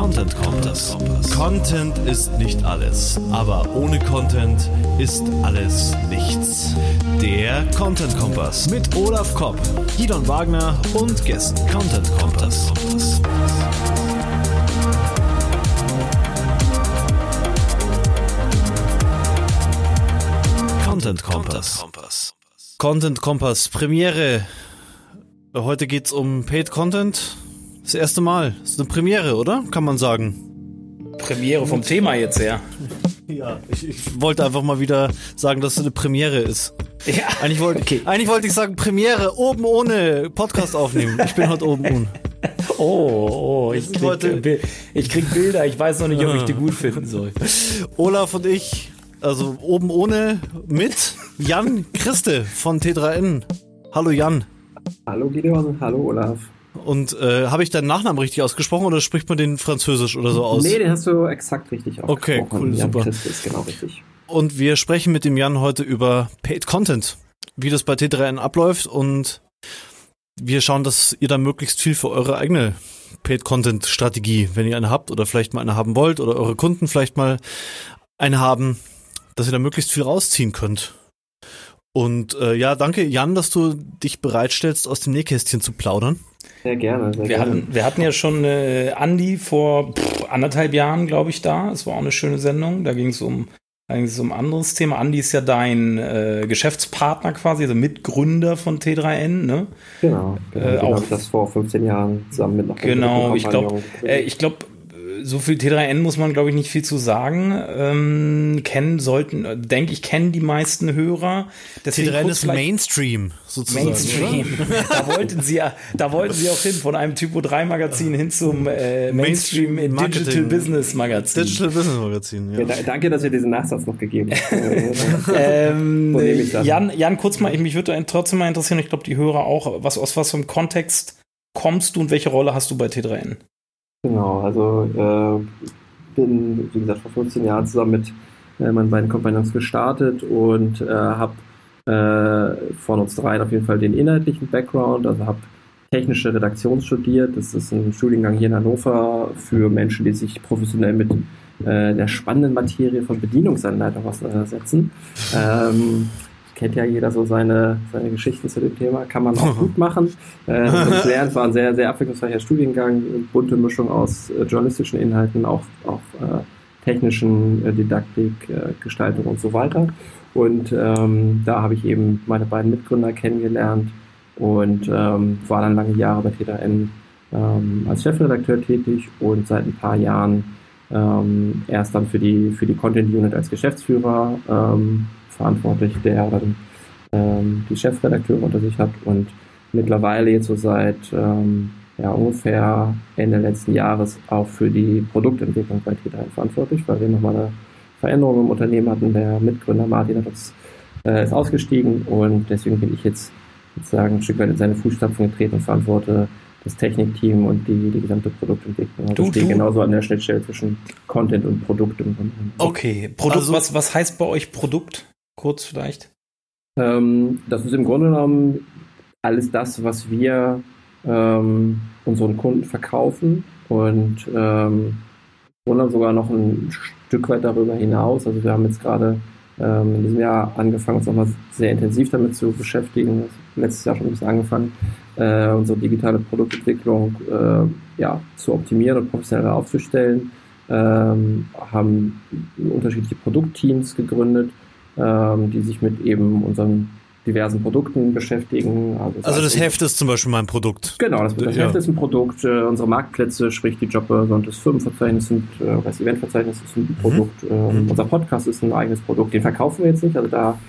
Content Kompass. Content ist nicht alles, aber ohne Content ist alles nichts. Der Content Kompass mit Olaf Kopp, Gidon Wagner und Gästen. Content Kompass. Content Kompass. Content Kompass Premiere. Heute geht's um Paid Content. Das erste Mal. Das ist eine Premiere, oder? Kann man sagen. Premiere vom Thema jetzt her. Ja, ich wollte einfach mal wieder sagen, dass es eine Premiere ist. Ja. Eigentlich wollte ich sagen, Premiere, oben ohne Podcast aufnehmen. Ich bin heute oben ohne. Oh, ich krieg Bilder, ich weiß noch nicht, ob ich die gut finden soll. Olaf und ich, also oben ohne mit Jan Christe von T3N. Hallo Jan. Hallo Gideon, hallo Olaf. Und habe ich deinen Nachnamen richtig ausgesprochen oder spricht man den französisch oder so aus? Nee, den hast du exakt richtig ausgesprochen. Okay, cool, Jan super. Christ ist genau richtig. Und wir sprechen mit dem Jan heute über Paid Content, wie das bei T3N abläuft, und wir schauen, dass ihr da möglichst viel für eure eigene Paid Content Strategie, wenn ihr eine habt oder vielleicht mal eine haben wollt oder eure Kunden vielleicht mal eine haben, dass ihr da möglichst viel rausziehen könnt. Und ja, danke Jan, dass du dich bereitstellst, aus dem Nähkästchen zu plaudern. Sehr gerne, sehr gerne. Wir hatten ja schon Andi vor 1,5 Jahren, glaube ich, da. Es war auch eine schöne Sendung. Da ging es um ein anderes Thema. Andi ist ja dein Geschäftspartner quasi, also Mitgründer von T3N, ne? Genau. Auch habe ich das vor 15 Jahren zusammen mit noch Genau, ich glaube, so viel T3N muss man, glaube ich, nicht viel zu sagen. Kennen die meisten Hörer. Deswegen T3N ist Mainstream, sozusagen. Mainstream. Da wollten sie auch hin, von einem Typo 3 Magazin hin zum Mainstream Digital Business Magazin. Digital Business Magazin, ja. Danke, dass ihr diesen Nachsatz noch gegeben habt. Jan, kurz mal, mich würde trotzdem mal interessieren, ich glaube, die Hörer auch, aus was für einem Kontext kommst du und welche Rolle hast du bei T3N? Genau, also bin, wie gesagt, vor 15 Jahren zusammen mit meinen beiden Kompagnons gestartet und habe von uns dreien auf jeden Fall den inhaltlichen Background, also habe technische Redaktion studiert. Das ist ein Studiengang hier in Hannover für Menschen, die sich professionell mit der spannenden Materie von Bedienungsanleitung auseinandersetzen. Kennt ja jeder so seine Geschichten zu dem Thema, kann man auch gut machen. Das Lernen war ein sehr, sehr abwechslungsreicher Studiengang, bunte Mischung aus journalistischen Inhalten, auch technischen Didaktik, Gestaltung und so weiter. Und da habe ich eben meine beiden Mitgründer kennengelernt und war dann lange Jahre bei T3N als Chefredakteur tätig und seit ein paar Jahren erst dann für die Content Unit als Geschäftsführer verantwortlich, der dann die Chefredakteure unter sich hat und mittlerweile jetzt so seit ungefähr Ende letzten Jahres auch für die Produktentwicklung bei T3N verantwortlich, weil wir nochmal eine Veränderung im Unternehmen hatten. Der Mitgründer Martin ist ausgestiegen und deswegen bin ich jetzt sozusagen ein Stück weit in seine Fußstapfen getreten und verantworte das Technikteam und die gesamte Produktentwicklung. Also ich stehe genauso an der Schnittstelle zwischen Content und Produkt im Grunde. Okay, Produkt, also, was heißt bei euch Produkt? Kurz vielleicht. Das ist im Grunde genommen alles das, was wir unseren Kunden verkaufen und im Grunde sogar noch ein Stück weit darüber hinaus. Also wir haben jetzt gerade in diesem Jahr angefangen, uns nochmal sehr intensiv damit zu beschäftigen. Letztes Jahr schon ein bisschen angefangen, unsere digitale Produktentwicklung zu optimieren und professioneller aufzustellen. Haben unterschiedliche Produktteams gegründet, die sich mit eben unseren diversen Produkten beschäftigen. Also das Heft ist zum Beispiel mein Produkt. Genau, das Heft ist ein Produkt. Unsere Marktplätze, sprich die Jobbörse und das Firmenverzeichnis das Eventverzeichnis ist ein Produkt. Unser Podcast ist ein eigenes Produkt. Den verkaufen wir jetzt nicht. Also da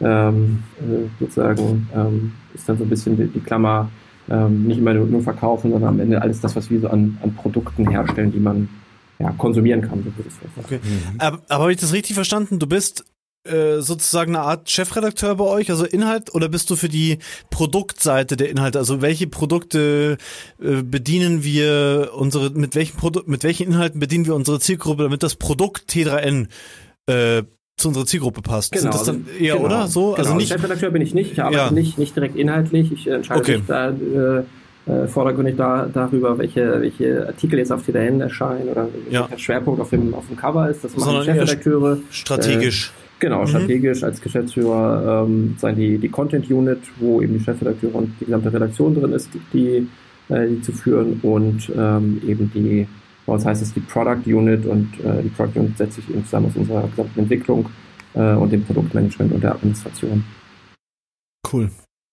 sozusagen ist dann so ein bisschen die Klammer, nicht immer nur verkaufen, sondern am Ende alles das, was wir so an Produkten herstellen, die man konsumieren kann. So würde ich sagen. Okay. Aber habe ich das richtig verstanden? Du bist sozusagen eine Art Chefredakteur bei euch, also Inhalt, oder bist du für die Produktseite der Inhalte? Also welche Produkte bedienen wir mit welchen Inhalten bedienen wir unsere Zielgruppe, damit das Produkt T3N zu unserer Zielgruppe passt? Genau, sind das dann eher, oder? So? Genau. Also nicht Chefredakteur bin ich nicht. Ich arbeite nicht direkt inhaltlich. Ich entscheide mich da vordergründig darüber, welche Artikel jetzt auf T3N erscheinen oder welcher Schwerpunkt auf dem Cover ist. Das machen die Chefredakteure. Strategisch. Genau, strategisch als Geschäftsführer die Content Unit, wo eben die Chefredakteure und die gesamte Redaktion drin ist, die zu führen, und eben bei uns heißt es die Product Unit, und die Product Unit setzt sich eben zusammen aus unserer gesamten Entwicklung und dem Produktmanagement und der Administration. Cool.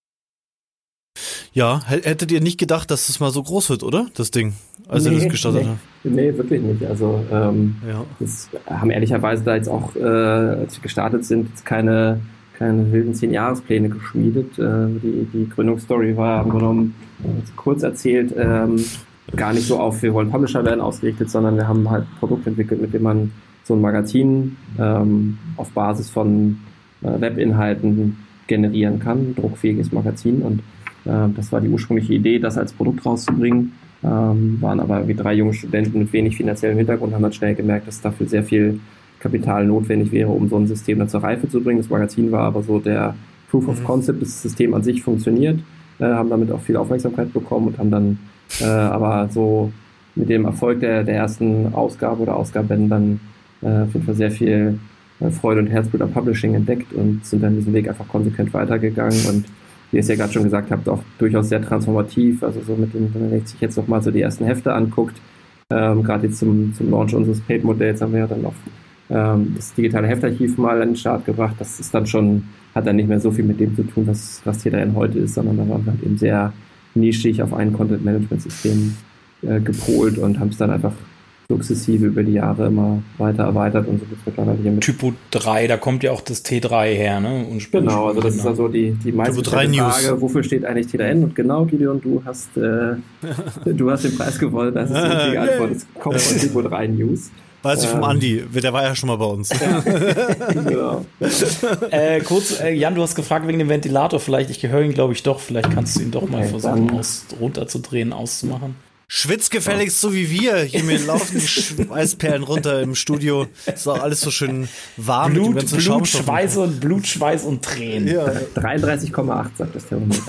Ja, hättet ihr nicht gedacht, dass das mal so groß wird, oder? Das Ding, als ihr das gestartet habt? Nee, wirklich nicht. Also das haben ehrlicherweise da jetzt auch, als wir gestartet sind, jetzt keine wilden 10-Jahrespläne geschmiedet. Die Gründungsstory war im Grunde genommen, kurz erzählt, gar nicht so auf, wir wollen Publisher werden ausgerichtet, sondern wir haben halt ein Produkt entwickelt, mit dem man so ein Magazin auf Basis von Webinhalten generieren kann, ein druckfähiges Magazin, und das war die ursprüngliche Idee, das als Produkt rauszubringen. Waren aber wie 3 junge Studenten mit wenig finanziellem Hintergrund, haben dann schnell gemerkt, dass dafür sehr viel Kapital notwendig wäre, um so ein System dann zur Reife zu bringen. Das Magazin war aber so der Proof of Concept, dass das System an sich funktioniert, haben damit auch viel Aufmerksamkeit bekommen und haben dann aber so mit dem Erfolg der ersten Ausgabe oder Ausgaben dann auf jeden Fall sehr viel Freude und Herzblut am Publishing entdeckt und sind dann diesen Weg einfach konsequent weitergegangen, und wie ihr es ja gerade schon gesagt habt, auch durchaus sehr transformativ. Also so wenn man sich jetzt nochmal so die ersten Hefte anguckt, gerade jetzt zum Launch unseres Paid-Modells haben wir ja dann noch das digitale Heftarchiv mal an den Start gebracht. Das ist dann schon, hat dann nicht mehr so viel mit dem zu tun, was T3N heute ist, sondern da waren wir halt eben sehr nischig auf ein Content-Management-System gepolt und haben es dann einfach sukzessive über die Jahre immer weiter erweitert, und so wird es mittlerweile hier mit Typo 3, da kommt ja auch das T3 her, ne? Genau, also das ist also die meiste Frage, wofür steht eigentlich T3N? Und genau, Gideon, du hast den Preis gewonnen, das ist die richtige Antwort, es kommt von Typo 3 News. Weiß ich vom Andi, der war ja schon mal bei uns. Ja, genau. Kurz, Jan, du hast gefragt wegen dem Ventilator, vielleicht, ich höre ihn glaube ich doch, vielleicht kannst du ihn doch mal versuchen runterzudrehen, auszumachen. Schwitz gefälligst so wie wir. Hier mir laufen die Schweißperlen runter im Studio. Ist auch alles so schön warm. Blut, Schweiß und Tränen. Ja. 33,8 sagt das Thermometer.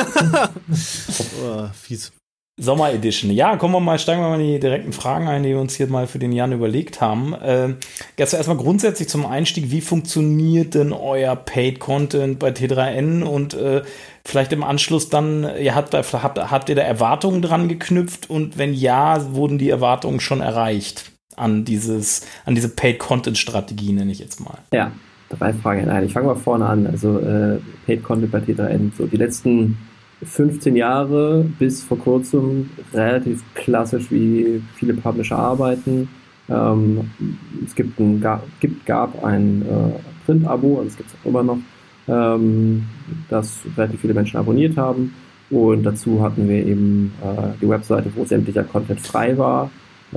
Fies. Sommer Edition. Ja, steigen wir mal in die direkten Fragen ein, die wir uns hier mal für den Jan überlegt haben. Jetzt erstmal grundsätzlich zum Einstieg, wie funktioniert denn euer Paid Content bei T3N, und vielleicht im Anschluss dann, habt ihr da Erwartungen dran geknüpft, und wenn ja, wurden die Erwartungen schon erreicht an diese Paid Content Strategie, nenne ich jetzt mal? Ja, 3 Fragen. Nein, ich fange mal vorne an. Also Paid Content bei T3N, so die letzten 15 Jahre bis vor kurzem relativ klassisch, wie viele Publisher arbeiten. Es gab ein Print-Abo, also es gibt es auch immer noch, das relativ viele Menschen abonniert haben, und dazu hatten wir eben die Webseite, wo sämtlicher Content frei war,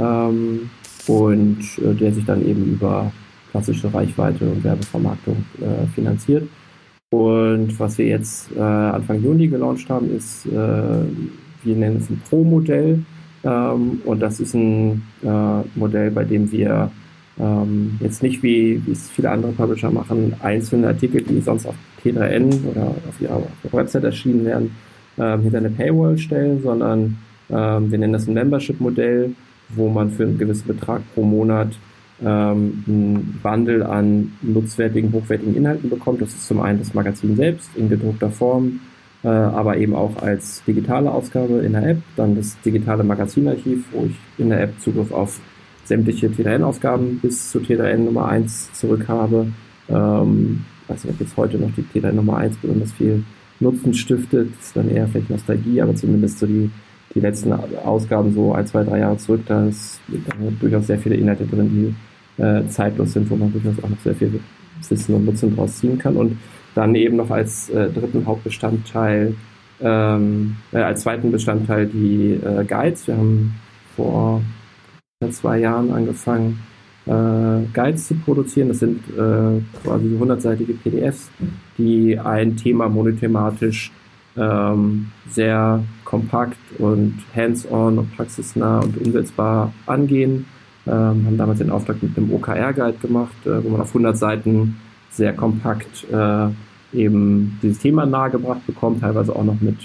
und der sich dann eben über klassische Reichweite und Werbevermarktung finanziert. Und was wir jetzt Anfang Juni gelauncht haben, ist, wir nennen es ein Pro-Modell, und das ist ein Modell, bei dem wir jetzt nicht, wie es viele andere Publisher machen, einzelne Artikel, die sonst auf T3N oder auf ihrer Website erschienen werden, hinter eine Paywall stellen, sondern wir nennen das ein Membership-Modell, wo man für einen gewissen Betrag pro Monat ein Bundle an nutzwertigen, hochwertigen Inhalten bekommt. Das ist zum einen das Magazin selbst in gedruckter Form, aber eben auch als digitale Ausgabe in der App, dann das digitale Magazinarchiv, wo ich in der App Zugriff auf sämtliche T3N-Ausgaben bis zu T3N Nummer 1 zurück habe. Ich weiß nicht, ob jetzt heute noch die T3N Nummer 1 besonders viel Nutzen stiftet, das ist dann eher vielleicht Nostalgie, aber zumindest so die letzten Ausgaben so 1, 2, 3 Jahre zurück, da ist durchaus sehr viele Inhalte drin, die zeitlos sind, wo man durchaus auch noch sehr viel Wissen und Nutzen draus ziehen kann. Und dann eben noch als dritten Hauptbestandteil, als zweiten Bestandteil die Guides. Wir haben vor 2 Jahren angefangen, Guides zu produzieren. Das sind quasi 100-seitige PDFs, die ein Thema monothematisch sehr kompakt und hands-on und praxisnah und umsetzbar angehen. Haben damals den Auftrag mit einem OKR-Guide gemacht, wo man auf 100 Seiten sehr kompakt eben dieses Thema nahegebracht bekommt, teilweise auch noch mit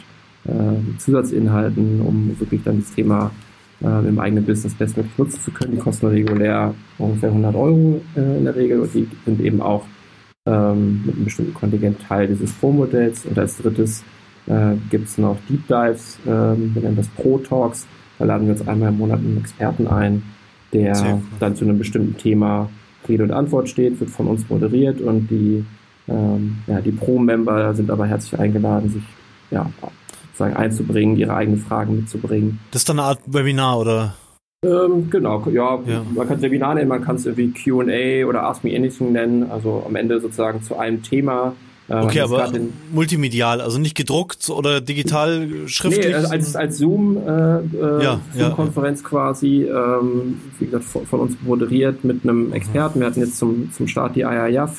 Zusatzinhalten, um wirklich dann das Thema im eigenen Business bestmöglich nutzen zu können. Die kosten regulär ungefähr 100 Euro in der Regel und die sind eben auch mit einem bestimmten Kontingent Teil dieses Pro-Modells. Und als drittes gibt es noch Deep Dives, wir nennen das Pro Talks. Da laden wir uns einmal im Monat einen Experten ein, der dann zu einem bestimmten Thema Rede und Antwort steht, wird von uns moderiert und die Pro-Member sind aber herzlich eingeladen, sich sozusagen einzubringen, ihre eigenen Fragen mitzubringen. Das ist dann eine Art Webinar, oder? Genau, ja. Man kann es Webinar nennen, man kann es irgendwie Q&A oder Ask Me Anything nennen, also am Ende sozusagen zu einem Thema. Okay, aber multimedial, also nicht gedruckt oder digital schriftlich? Nee, als Zoom-Konferenz quasi, wie gesagt, von uns moderiert mit einem Experten. Wir hatten jetzt zum Start die Aya Jaff,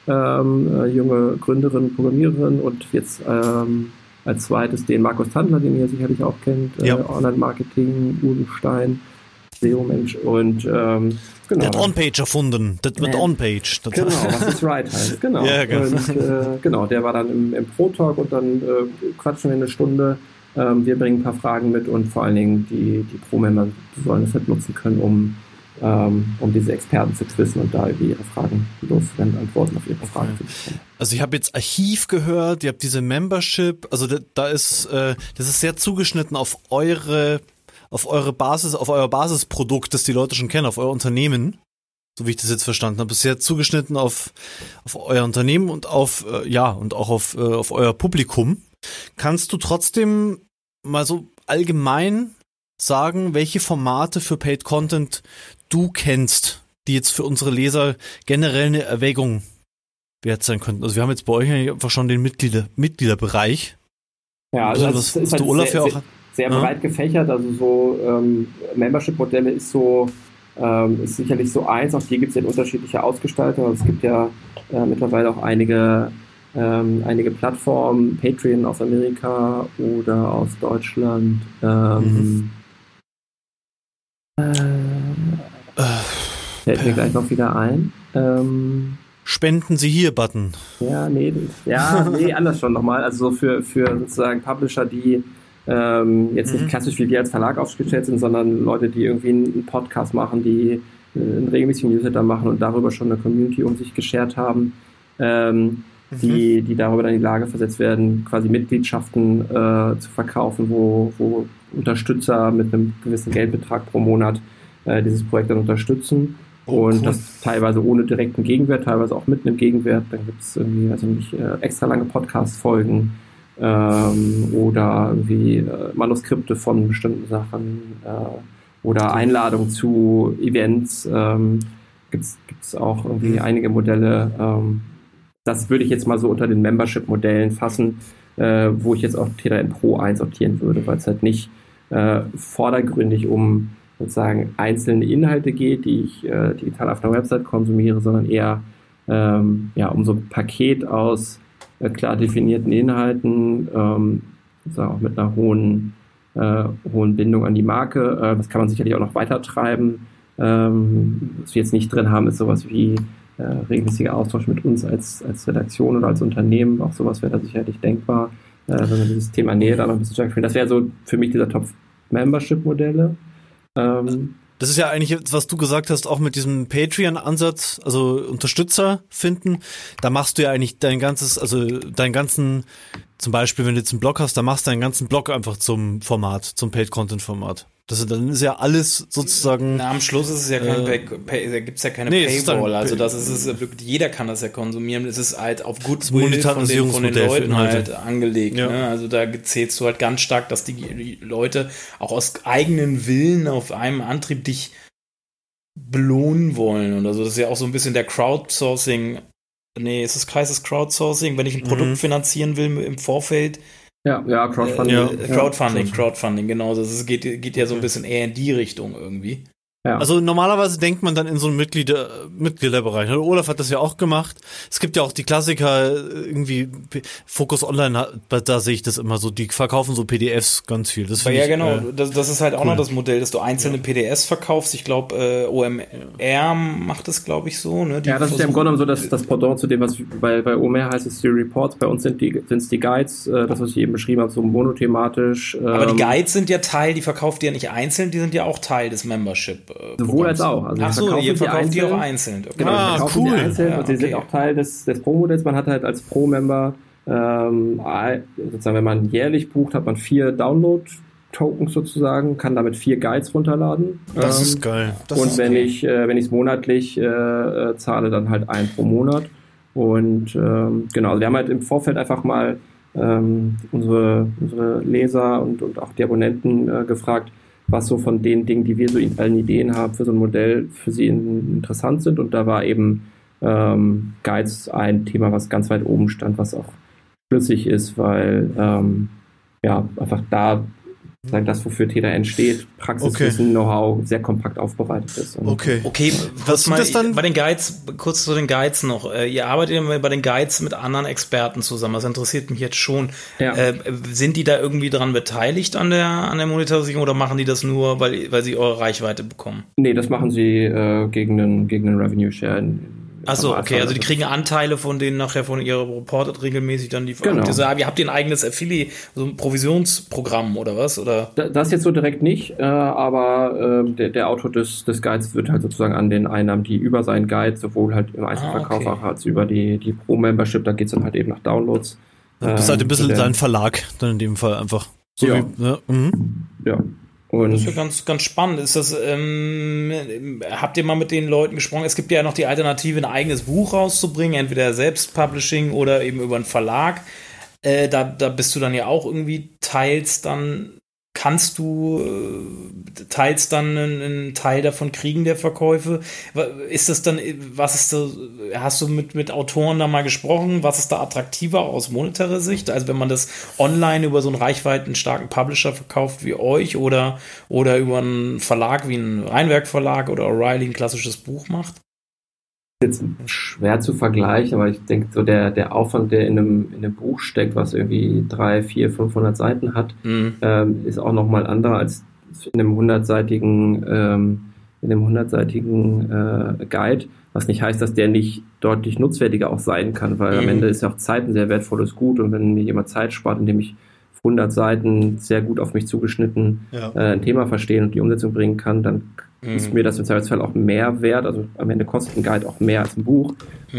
junge Gründerin, Programmiererin und jetzt als zweites den Markus Tandler, den ihr sicherlich auch kennt, Online-Marketing, Uwe Stein, SEO-Mensch und genau. Der hat OnPage erfunden. Das wird OnPage. Genau, was ist Right heißt. Genau. Ja, genau. Und, genau, der war dann im Pro-Talk und dann quatschen wir eine Stunde. Wir bringen ein paar Fragen mit und vor allen Dingen die Pro-Member sollen es halt nutzen können, um diese Experten zu quizzen und da über ihre Fragen loszuwerden, Antworten auf ihre Fragen zu bekommen. Also ich habe jetzt Archiv gehört, ihr habt diese Membership, also das ist sehr zugeschnitten auf eure Basis, auf euer Basisprodukt, das die Leute schon kennen, auf euer Unternehmen, so wie ich das jetzt verstanden habe. Es ist sehr zugeschnitten auf euer Unternehmen und und auch auf euer Publikum. Kannst du trotzdem mal so allgemein sagen, welche Formate für Paid Content du kennst, die jetzt für unsere Leser generell eine Erwägung wert sein könnten? Also wir haben jetzt bei euch einfach schon den Mitgliederbereich. Ja, also das ist halt Olaf sehr breit gefächert, also so Membership-Modelle ist sicherlich so eins, auch die gibt es in unterschiedlicher Ausgestaltung. Also es gibt ja mittlerweile auch einige Plattformen, Patreon aus Amerika oder aus Deutschland. Fällt mir gleich noch wieder ein. Spenden Sie hier Button. Nee, anders schon nochmal. Also so für sozusagen Publisher, die jetzt nicht klassisch wie wir als Verlag aufgestellt sind, sondern Leute, die irgendwie einen Podcast machen, die einen regelmäßigen Newsletter machen und darüber schon eine Community um sich geschert haben, die darüber dann in die Lage versetzt werden, quasi Mitgliedschaften zu verkaufen, wo Unterstützer mit einem gewissen Geldbetrag pro Monat dieses Projekt dann unterstützen. Und das teilweise ohne direkten Gegenwert, teilweise auch mit einem Gegenwert. Dann gibt es irgendwie, extra lange Podcast-Folgen oder irgendwie Manuskripte von bestimmten Sachen oder Einladungen zu Events. Gibt's auch irgendwie einige Modelle. Das würde ich jetzt mal so unter den Membership-Modellen fassen, wo ich jetzt auch T3N Pro einsortieren würde, weil es halt nicht vordergründig um sozusagen einzelne Inhalte geht, die ich digital auf einer Website konsumiere, sondern eher um so ein Paket aus klar definierten Inhalten, auch mit einer hohen Bindung an die Marke. Das kann man sicherlich auch noch weiter treiben. Was wir jetzt nicht drin haben, ist sowas wie regelmäßiger Austausch mit uns als Redaktion oder als Unternehmen. Auch sowas wäre da sicherlich denkbar, wenn wir dieses Thema Nähe da noch ein bisschen stärker spielen. Das wäre so für mich dieser Top-Membership-Modelle. Das ist ja eigentlich, was du gesagt hast, auch mit diesem Patreon-Ansatz, also Unterstützer finden. Da machst du ja eigentlich deinen ganzen, zum Beispiel, wenn du jetzt einen Blog hast, da machst du deinen ganzen Blog einfach zum Paid-Content-Format. Dann ist ja alles sozusagen. Am Schluss ist es ja da gibt's ja keine Paywall. Also das ist es wirklich, jeder kann das ja konsumieren. Es ist halt auf Goodwill von den Leuten halt angelegt. Ja. Ne? Also da zählst du halt ganz stark, dass die Leute auch aus eigenen Willen auf einem Antrieb dich belohnen wollen. Und also das ist ja auch so ein bisschen der Crowdsourcing. Heißt es Crowdsourcing, wenn ich ein Produkt finanzieren will im Vorfeld. Ja, Crowdfunding. Crowdfunding, genau. Also es geht ja so ein bisschen eher in die Richtung irgendwie. Ja. Also normalerweise denkt man dann in so einen Mitgliederbereich. Olaf hat das ja auch gemacht. Es gibt ja auch die Klassiker, irgendwie Focus Online, da sehe ich das immer so, die verkaufen so PDFs ganz viel. Das ja, genau, das ist halt auch noch das Modell, dass du einzelne PDFs verkaufst. Ich glaube, OMR macht das, glaube ich, so. Ne? Das ist ja im Grunde genommen so das Pendant zu dem, was bei OMR heißt es die Reports, bei uns sind es die Guides, das, was ich eben beschrieben habe, so monothematisch. Aber die Guides sind ja Teil, die verkauft ihr ja nicht einzeln, die sind ja auch Teil des Membership. Sowohl als auch. Also Achso, ihr verkauft die auch einzeln. Okay. Genau, cool. Die einzeln und sie sind auch Teil des Pro-Modells. Man hat halt als Pro-Member, sozusagen, wenn man jährlich bucht, hat man 4 Download-Tokens sozusagen, kann damit 4 Guides runterladen. Das ist geil. Wenn ich es monatlich zahle, dann halt 1 pro Monat. Und genau, wir haben halt im Vorfeld einfach mal unsere Leser und auch die Abonnenten gefragt, was so von den Dingen, die wir so allen Ideen haben für so ein Modell, für sie interessant sind. Und da war eben Guides ein Thema, was ganz weit oben stand, was auch schlüssig ist, weil einfach da das, wofür T3N steht, Praxiswissen, Know-how, sehr kompakt aufbereitet ist. Okay, was sind das dann? Bei den Guides, kurz zu den Guides noch. Ihr arbeitet ja bei den Guides mit anderen Experten zusammen. Das interessiert mich jetzt schon. Ja. Sind die da irgendwie dran beteiligt an der Monetarisierung oder machen die das nur, weil sie eure Reichweite bekommen? Nee, das machen sie gegen einen Revenue Share. Achso, okay, also die kriegen Anteile von denen nachher von ihrer Reported regelmäßig dann die genau. Ihr habt ihr ein eigenes Affiliate, so ein Provisionsprogramm oder was? Oder? Das jetzt so direkt nicht, aber der Autor des Guides wird halt sozusagen an den Einnahmen, die über seinen Guide, sowohl halt im Einzelverkauf auch als über die Pro-Membership, da geht es dann halt eben nach Downloads. Das ist halt ein bisschen sein Verlag, dann in dem Fall einfach. So ja. Ja. Und das ist ja ganz, ganz spannend. Ist das, habt ihr mal mit den Leuten gesprochen? Es gibt ja noch die Alternative, ein eigenes Buch rauszubringen, entweder Selbstpublishing oder eben über einen Verlag. Da bist du dann ja auch irgendwie teils dann einen Teil davon kriegen der Verkäufe. Ist das dann, hast du mit Autoren da mal gesprochen? Was ist da attraktiver aus monetarer Sicht? Also wenn man das online über so einen reichweitenstarken Publisher verkauft wie euch oder über einen Verlag wie einen Rheinwerk Verlag oder O'Reilly ein klassisches Buch macht? Jetzt schwer zu vergleichen, aber ich denke, so der Aufwand, der in einem Buch steckt, was irgendwie 300, 400, 500 Seiten hat, ist auch nochmal anderer als in einem 100-seitigen Guide, was nicht heißt, dass der nicht deutlich nutzwertiger auch sein kann, weil am Ende ist ja auch Zeit ein sehr wertvolles Gut und wenn mir jemand Zeit spart, indem ich 100 Seiten sehr gut auf mich zugeschnitten ein Thema verstehen und die Umsetzung bringen kann, dann ist mir das im Zweifelsfall auch mehr wert, also am Ende kostet ein Guide auch mehr als ein Buch,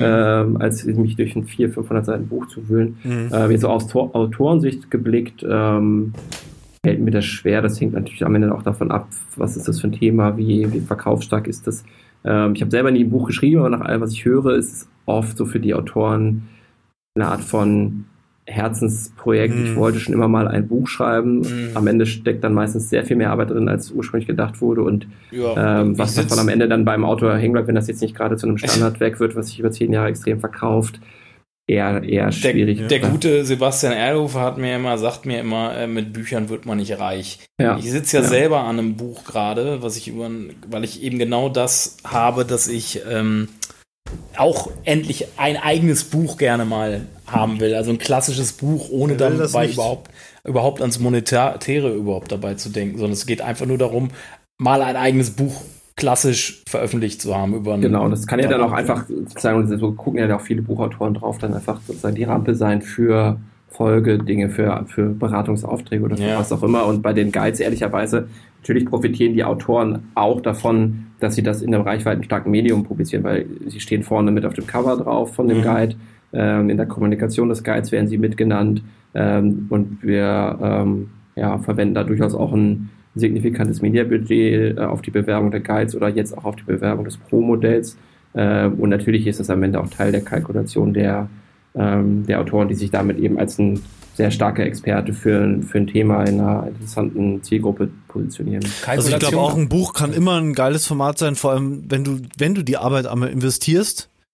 als mich durch ein 400, 500 Seiten Buch zu wühlen. Jetzt so aus Autorensicht geblickt, fällt mir das schwer, das hängt natürlich am Ende auch davon ab, was ist das für ein Thema, wie verkaufsstark ist das. Ich habe selber nie ein Buch geschrieben, aber nach allem, was ich höre, ist es oft so für die Autoren eine Art von Herzensprojekt. Ich wollte schon immer mal ein Buch schreiben. Am Ende steckt dann meistens sehr viel mehr Arbeit drin, als ursprünglich gedacht wurde und was davon am Ende dann beim Autor hängen bleibt, wenn das jetzt nicht gerade zu einem Standardwerk wird, was sich über 10 Jahre extrem verkauft, eher schwierig. Der gute Sebastian Erlhofer sagt mir immer, mit Büchern wird man nicht reich. Ja. Ich sitze ja selber an einem Buch gerade, weil ich eben genau das habe, dass ich auch endlich ein eigenes Buch gerne mal haben will. Also ein klassisches Buch, ohne dann überhaupt ans Monetäre überhaupt dabei zu denken, sondern es geht einfach nur darum, mal ein eigenes Buch klassisch veröffentlicht zu haben. Genau, das kann ja dann auch einfach sagen, so gucken ja auch viele Buchautoren drauf, dann einfach sozusagen die Rampe sein für Folgedinge, für Beratungsaufträge oder für was auch immer. Und bei den Guides ehrlicherweise, natürlich profitieren die Autoren auch davon, dass sie das in einem reichweitenstarken Medium publizieren, weil sie stehen vorne mit auf dem Cover drauf von dem Guide. In der Kommunikation des Guides werden sie mitgenannt. Und wir verwenden da durchaus auch ein signifikantes Mediabudget auf die Bewerbung der Guides oder jetzt auch auf die Bewerbung des Pro-Modells. Und natürlich ist das am Ende auch Teil der Kalkulation der Autoren, die sich damit eben als ein sehr starker Experte für ein Thema in einer interessanten Zielgruppe positionieren. Also ich glaube auch, ein Buch kann immer ein geiles Format sein, vor allem wenn du die Arbeit einmal investierst,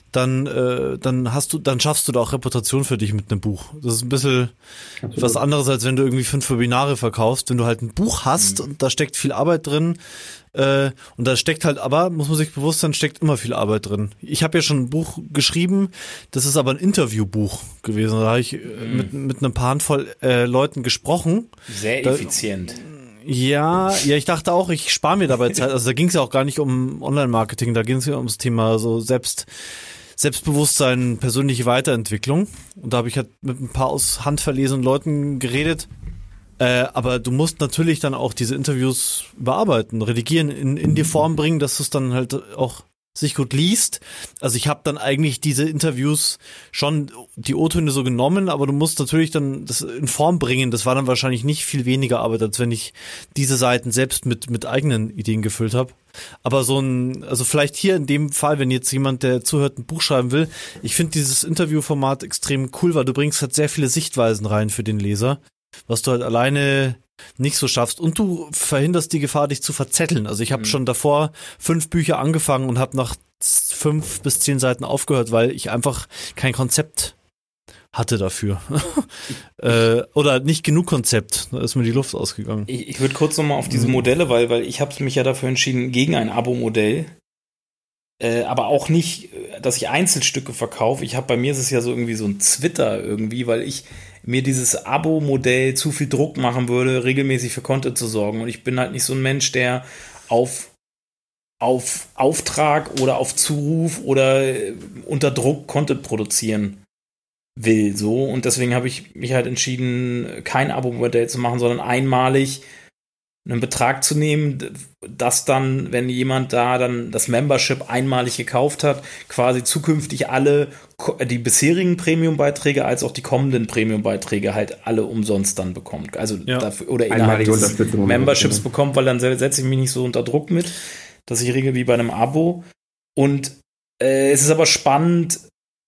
dann schaffst du da auch Reputation für dich mit einem Buch. Das ist ein bisschen was anderes, als wenn du irgendwie 5 Webinare verkaufst. Wenn du halt ein Buch hast und da steckt viel Arbeit drin, und da steckt halt aber, muss man sich bewusst sein, steckt immer viel Arbeit drin. Ich habe ja schon ein Buch geschrieben, das ist aber ein Interviewbuch gewesen. Da habe ich mit einer paar Handvoll Leuten gesprochen. Sehr effizient. Ja, ich dachte auch, ich spare mir dabei Zeit. Also da ging es ja auch gar nicht um Online-Marketing, da ging es ja ums Thema so Selbstbewusstsein, persönliche Weiterentwicklung. Und da habe ich halt mit ein paar aus handverlesenen Leuten geredet. Aber du musst natürlich dann auch diese Interviews bearbeiten, redigieren, in die Form bringen, dass du es dann halt auch sich gut liest. Also ich habe dann eigentlich diese Interviews schon die O-Töne so genommen, aber du musst natürlich dann das in Form bringen. Das war dann wahrscheinlich nicht viel weniger Arbeit, als wenn ich diese Seiten selbst mit eigenen Ideen gefüllt habe. Aber also vielleicht hier in dem Fall, wenn jetzt jemand, der zuhört, ein Buch schreiben will, ich finde dieses Interviewformat extrem cool, weil du bringst halt sehr viele Sichtweisen rein für den Leser, was du halt alleine nicht so schaffst, und du verhinderst die Gefahr, dich zu verzetteln. Also ich habe schon davor 5 Bücher angefangen und habe nach 5 bis 10 Seiten aufgehört, weil ich einfach kein Konzept hatte dafür. Oder nicht genug Konzept. Da ist mir die Luft ausgegangen. Ich würde kurz nochmal auf diese Modelle, weil ich habe mich ja dafür entschieden, gegen ein Abo-Modell. Aber auch nicht, dass ich Einzelstücke verkaufe. Bei mir ist es ja so irgendwie so ein Twitter irgendwie, weil ich mir dieses Abo-Modell zu viel Druck machen würde, regelmäßig für Content zu sorgen. Und ich bin halt nicht so ein Mensch, der auf Auftrag oder auf Zuruf oder unter Druck Content produzieren will. So. Und deswegen habe ich mich halt entschieden, kein Abo-Modell zu machen, sondern einmalig einen Betrag zu nehmen, dass dann, wenn jemand da dann das Membership einmalig gekauft hat, quasi zukünftig alle die bisherigen Premium-Beiträge als auch die kommenden Premium-Beiträge halt alle umsonst dann bekommt. Also dafür, oder innerhalb des Memberships bekommt, weil dann setze ich mich nicht so unter Druck mit, dass ich regel wie bei einem Abo. Und es ist aber spannend,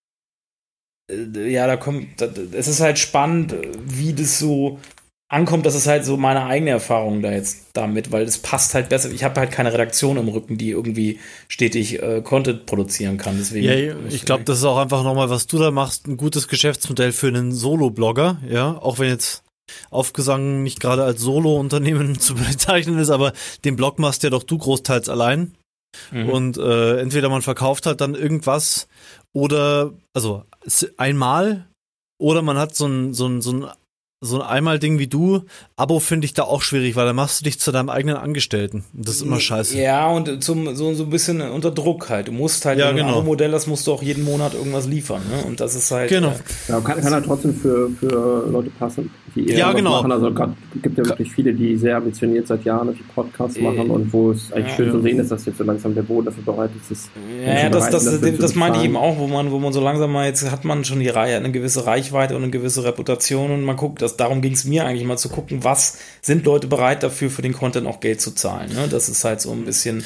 es ist halt spannend, wie das so ankommt. Das ist halt so meine eigene Erfahrung da jetzt damit, weil es passt halt besser. Ich habe halt keine Redaktion im Rücken, die irgendwie stetig Content produzieren kann. Deswegen, ja, ich glaube, das ist auch einfach nochmal, was du da machst, ein gutes Geschäftsmodell für einen Solo-Blogger, ja, auch wenn jetzt Aufgesang nicht gerade als Solo-Unternehmen zu bezeichnen ist, aber den Blog machst ja doch du großteils allein. Und entweder man verkauft halt dann irgendwas oder, also einmal, oder man hat so ein Einmal-Ding wie du. Abo finde ich da auch schwierig, weil dann machst du dich zu deinem eigenen Angestellten. Das ist immer scheiße. Ja, und so ein bisschen unter Druck halt. Du musst halt ein Abo-Modell, das musst du auch jeden Monat irgendwas liefern. Ne? Und das ist halt... Genau. Kann halt trotzdem für Leute passen, die eher machen. Also gibt ja wirklich viele, die sehr ambitioniert seit Jahren die Podcasts machen und wo es eigentlich schön zu sehen ist, dass jetzt so langsam der Boden dafür bereit ist. Das meine ich eben auch, wo man so langsam mal, jetzt hat man schon eine gewisse Reichweite und eine gewisse Reputation und man guckt, darum ging es mir eigentlich mal zu gucken, was sind Leute bereit dafür, für den Content auch Geld zu zahlen. Ne? Das ist halt so ein bisschen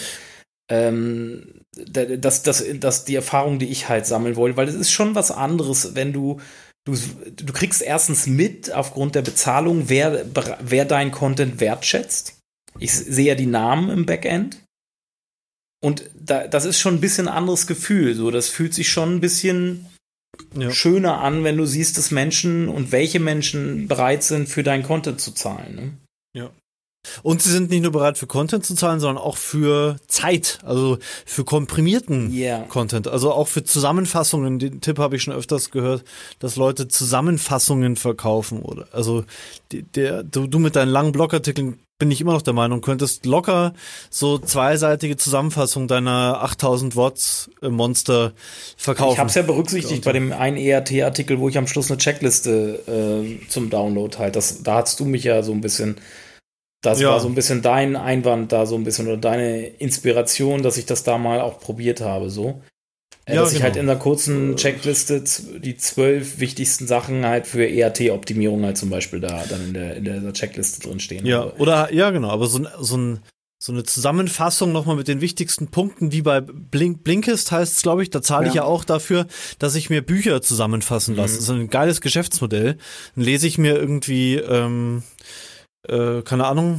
das die Erfahrung, die ich halt sammeln wollte, weil es ist schon was anderes, wenn du kriegst erstens mit aufgrund der Bezahlung, wer deinen Content wertschätzt. Ich sehe ja die Namen im Backend. Und das ist schon ein bisschen ein anderes Gefühl. So, das fühlt sich schon ein bisschen schöner an, wenn du siehst, dass Menschen und welche Menschen bereit sind, für deinen Content zu zahlen. Ne? Ja. Und sie sind nicht nur bereit für Content zu zahlen, sondern auch für Zeit, also für komprimierten Content, also auch für Zusammenfassungen. Den Tipp habe ich schon öfters gehört, dass Leute Zusammenfassungen verkaufen oder also du mit deinen langen Blogartikeln, bin ich immer noch der Meinung, könntest locker so zweiseitige Zusammenfassung deiner 8000 Worts Monster verkaufen. Ich habe es ja berücksichtigt bei dem einen ERT-Artikel, wo ich am Schluss eine Checkliste zum Download halt. Da hast du mich ja so ein bisschen, das war so ein bisschen dein Einwand da so ein bisschen oder deine Inspiration, dass ich das da mal auch probiert habe so. Dass ich halt in der kurzen Checkliste die 12 wichtigsten Sachen halt für ERT-Optimierung halt zum Beispiel da dann in der Checkliste drin stehen. Ja, habe. Oder, ja genau, aber so eine Zusammenfassung nochmal mit den wichtigsten Punkten, wie bei Blinkist heißt es, glaube ich, da zahle ich ja auch dafür, dass ich mir Bücher zusammenfassen lasse. Das ist ein geiles Geschäftsmodell. Dann lese ich mir irgendwie, keine Ahnung,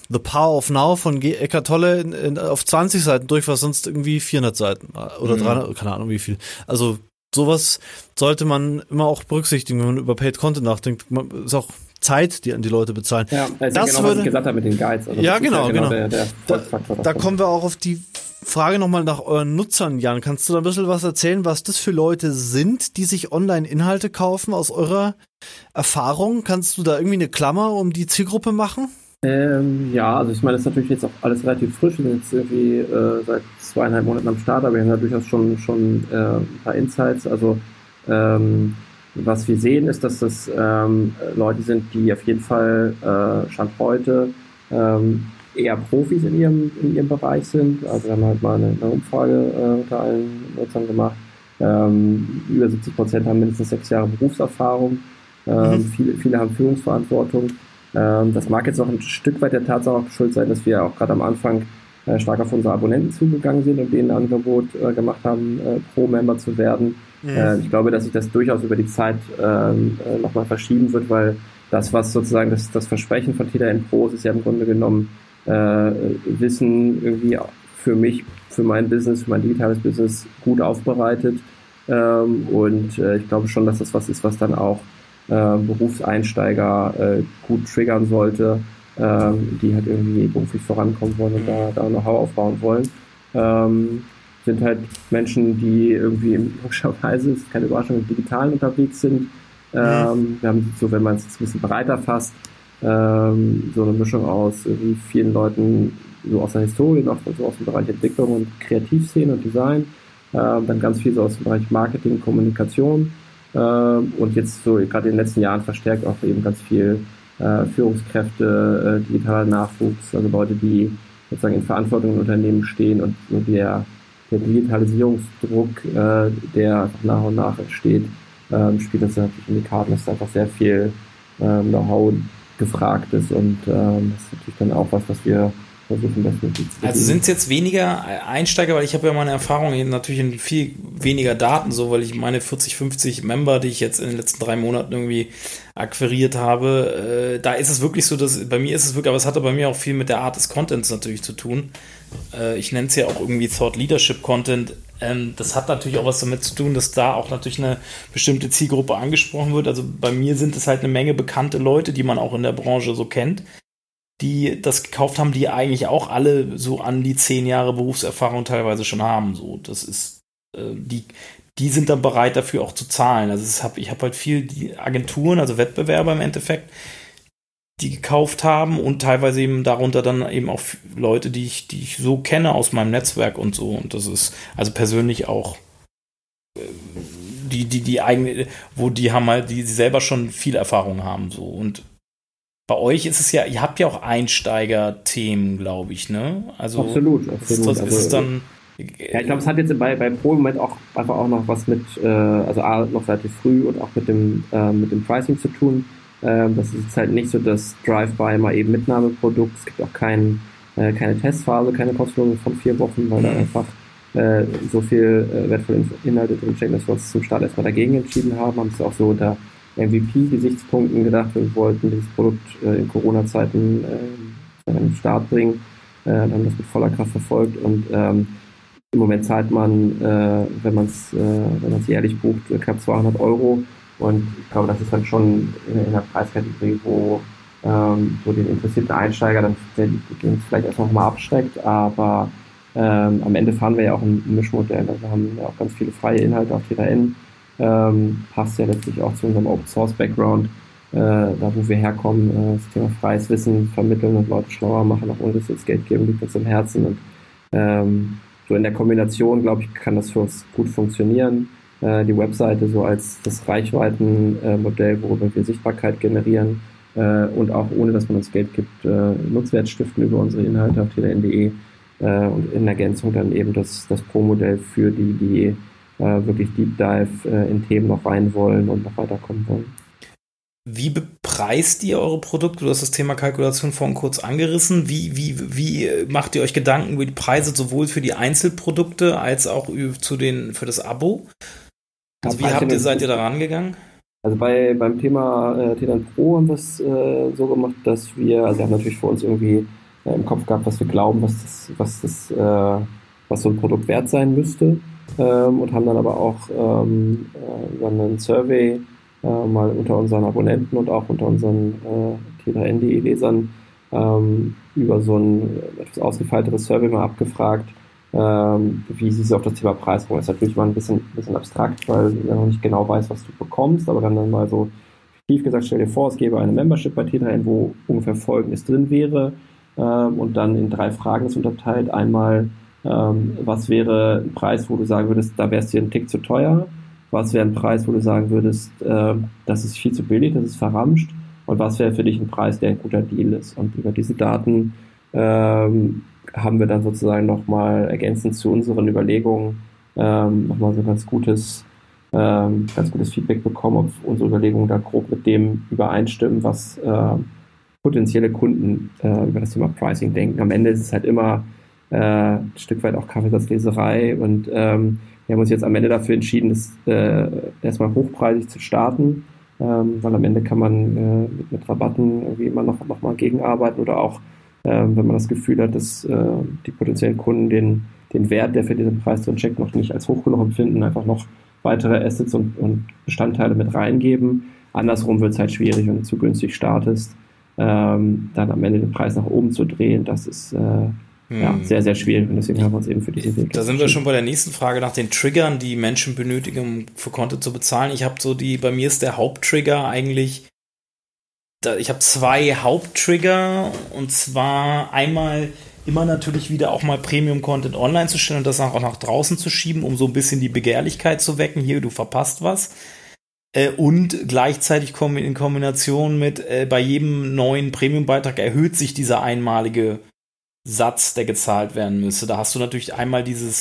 The Power of Now von G. Eckhart Tolle auf 20 Seiten durch, was sonst irgendwie 400 Seiten oder 300, keine Ahnung wie viel. Also sowas sollte man immer auch berücksichtigen, wenn man über Paid Content nachdenkt. Ist auch Zeit, die an die Leute bezahlen. Ja, das ist genau, was ich gesagt habe mit den Guides. Also ja, genau. Der da kommen wir auch auf die Frage nochmal nach euren Nutzern, Jan. Kannst du da ein bisschen was erzählen, was das für Leute sind, die sich Online-Inhalte kaufen aus eurer Erfahrung? Kannst du da irgendwie eine Klammer um die Zielgruppe machen? Ja, also ich meine, das ist natürlich jetzt auch alles relativ frisch. Wir sind jetzt irgendwie seit 2,5 Monaten am Start, aber wir haben da durchaus schon ein paar Insights. Also was wir sehen, ist, dass das Leute sind, die auf jeden Fall Stand heute eher Profis in ihrem Bereich sind. Also wir haben halt mal eine Umfrage unter allen Nutzern gemacht. Über 70% haben mindestens 6 Jahre Berufserfahrung. Viele haben Führungsverantwortung. Das mag jetzt auch ein Stück weit der Tatsache auch schuld sein, dass wir auch gerade am Anfang stark auf unsere Abonnenten zugegangen sind und denen ein Angebot gemacht haben, Pro-Member zu werden. Ich glaube, dass sich das durchaus über die Zeit nochmal verschieben wird, weil das, was sozusagen das Versprechen von TDN Pros ist ja im Grunde genommen Wissen irgendwie für mich, für mein Business, für mein digitales Business gut aufbereitet. Und ich glaube schon, dass das was ist, was dann auch Berufseinsteiger gut triggern sollte, die halt irgendwie beruflich vorankommen wollen und da Know-how aufbauen wollen. Sind halt Menschen, die irgendwie logischerweise, ist keine Überraschung, im Digitalen unterwegs sind. Wir haben so, wenn man es ein bisschen breiter fasst, so eine Mischung aus irgendwie vielen Leuten so aus der Historie, noch so aus dem Bereich Entwicklung und Kreativszene und Design, dann ganz viel so aus dem Bereich Marketing, Kommunikation und jetzt so gerade in den letzten Jahren verstärkt auch eben ganz viel Führungskräfte, digitaler Nachwuchs, also Leute, die sozusagen in Verantwortung in Unternehmen stehen und so der Digitalisierungsdruck, der einfach nach und nach entsteht, spielt das natürlich in die Karten, dass einfach sehr viel Know-how gefragt ist und das ist natürlich dann auch was wir versuchen, das mit zu bedienen. Also sind es jetzt weniger Einsteiger, weil ich habe ja meine Erfahrung natürlich in viel weniger Daten, so, weil ich meine 40, 50 Member, die ich jetzt in den letzten 3 Monaten irgendwie akquiriert habe, da ist es wirklich so, dass bei mir ist es wirklich, aber es hatte bei mir auch viel mit der Art des Contents natürlich zu tun. Ich nenne es ja auch irgendwie Thought Leadership Content. Das hat natürlich auch was damit zu tun, dass da auch natürlich eine bestimmte Zielgruppe angesprochen wird. Also bei mir sind es halt eine Menge bekannte Leute, die man auch in der Branche so kennt, die das gekauft haben, die eigentlich auch alle so an die 10 Jahre Berufserfahrung teilweise schon haben. So, das ist, die sind dann bereit dafür auch zu zahlen. Also ich habe halt viel die Agenturen, also Wettbewerber im Endeffekt, die gekauft haben und teilweise eben darunter dann eben auch Leute, die ich so kenne aus meinem Netzwerk und so. Und das ist also persönlich auch die eigene, wo die haben halt, die selber schon viel Erfahrung haben, so. Und bei euch ist es ja, ihr habt ja auch Einsteiger-Themen, glaube ich, ne? Also absolut. Ist es dann. Ja, ich glaube, es hat jetzt bei Pro im Moment auch einfach auch noch was mit, also A, noch relativ früh und auch mit dem Pricing zu tun. Das ist jetzt halt nicht so das Drive-by mal eben Mitnahmeprodukt. Es gibt auch keine Testphase, keine kostenlose von 4 Wochen, weil da einfach so viel wertvolle Inhalte drinstecken, dass wir uns zum Start erstmal dagegen entschieden haben. Haben es auch so unter MVP-Gesichtspunkten gedacht. Wir wollten dieses Produkt in Corona-Zeiten an den Start bringen. Haben das mit voller Kraft verfolgt und im Moment zahlt man, wenn man es jährlich bucht, knapp 200 €. Und ich glaube, das ist dann schon in der Preiskategorie, wo den interessierten Einsteiger dann vielleicht erst noch mal abschreckt. Aber am Ende fahren wir ja auch ein Mischmodell. Also wir haben ja auch ganz viele freie Inhalte auf TDN. Passt ja letztlich auch zu unserem Open Source Background, da wo wir herkommen, das Thema freies Wissen vermitteln und Leute schlauer machen, auch ohne dass wir jetzt Geld geben, liegt uns im Herzen. Und so in der Kombination, glaube ich, kann das für uns gut funktionieren. Die Webseite so als das Reichweitenmodell, worüber wir Sichtbarkeit generieren und auch ohne, dass man uns Geld gibt, Nutzwert stiften über unsere Inhalte auf tdn.de und in Ergänzung dann eben das Pro-Modell für die wirklich Deep Dive in Themen noch rein wollen und noch weiterkommen wollen. Wie bepreist ihr eure Produkte? Du hast das Thema Kalkulation vorhin kurz angerissen. Wie macht ihr euch Gedanken über die Preise sowohl für die Einzelprodukte als auch für das Abo? Also wie seid ihr da rangegangen? Also beim Thema TDN Pro haben wir es so gemacht, dass wir haben natürlich für uns irgendwie im Kopf gehabt, was wir glauben, was so ein Produkt wert sein müsste, und haben dann aber auch über einen Survey mal unter unseren Abonnenten und auch unter unseren T3N.de-Lesern über so ein etwas ausgefeilteres Survey mal abgefragt, wie sie sich auf das Thema Preis freuen. Das ist natürlich mal ein bisschen abstrakt, weil man noch nicht genau weiß, was du bekommst, aber dann mal so tief gesagt, stell dir vor, es gäbe eine Membership bei T3N, wo ungefähr Folgendes drin wäre, und dann in 3 Fragen ist unterteilt. Einmal, was wäre ein Preis, wo du sagen würdest, da wär's dir ein Tick zu teuer? Was wäre ein Preis, wo du sagen würdest, das ist viel zu billig, das ist verramscht? Und was wäre für dich ein Preis, der ein guter Deal ist? Und über diese Daten haben wir dann sozusagen nochmal ergänzend zu unseren Überlegungen nochmal so ganz gutes Feedback bekommen, ob unsere Überlegungen da grob mit dem übereinstimmen, was potenzielle Kunden über das Thema Pricing denken. Am Ende ist es halt immer ein Stück weit auch Kaffeesatzleserei, und wir haben uns jetzt am Ende dafür entschieden, das erstmal hochpreisig zu starten, weil am Ende kann man mit Rabatten irgendwie immer noch mal gegenarbeiten, oder auch wenn man das Gefühl hat, dass die potenziellen Kunden den Wert, der für diesen Preis drin steckt, noch nicht als hoch genug empfinden, einfach noch weitere Assets und Bestandteile mit reingeben. Andersrum wird es halt schwierig, wenn du zu günstig startest, dann am Ende den Preis nach oben zu drehen. Das ist sehr, sehr schwierig, und deswegen haben wir uns eben für diesen Weg. Da sind wir schon bei der nächsten Frage nach den Triggern, die Menschen benötigen, um für Content zu bezahlen. Bei mir ist der Haupttrigger eigentlich, ich habe 2 Haupttrigger, und zwar einmal immer natürlich wieder auch mal Premium-Content online zu stellen und das auch nach draußen zu schieben, um so ein bisschen die Begehrlichkeit zu wecken, hier, du verpasst was. Und gleichzeitig in Kombination mit, bei jedem neuen Premium-Beitrag erhöht sich dieser einmalige Satz, der gezahlt werden müsste. Da hast du natürlich einmal diesen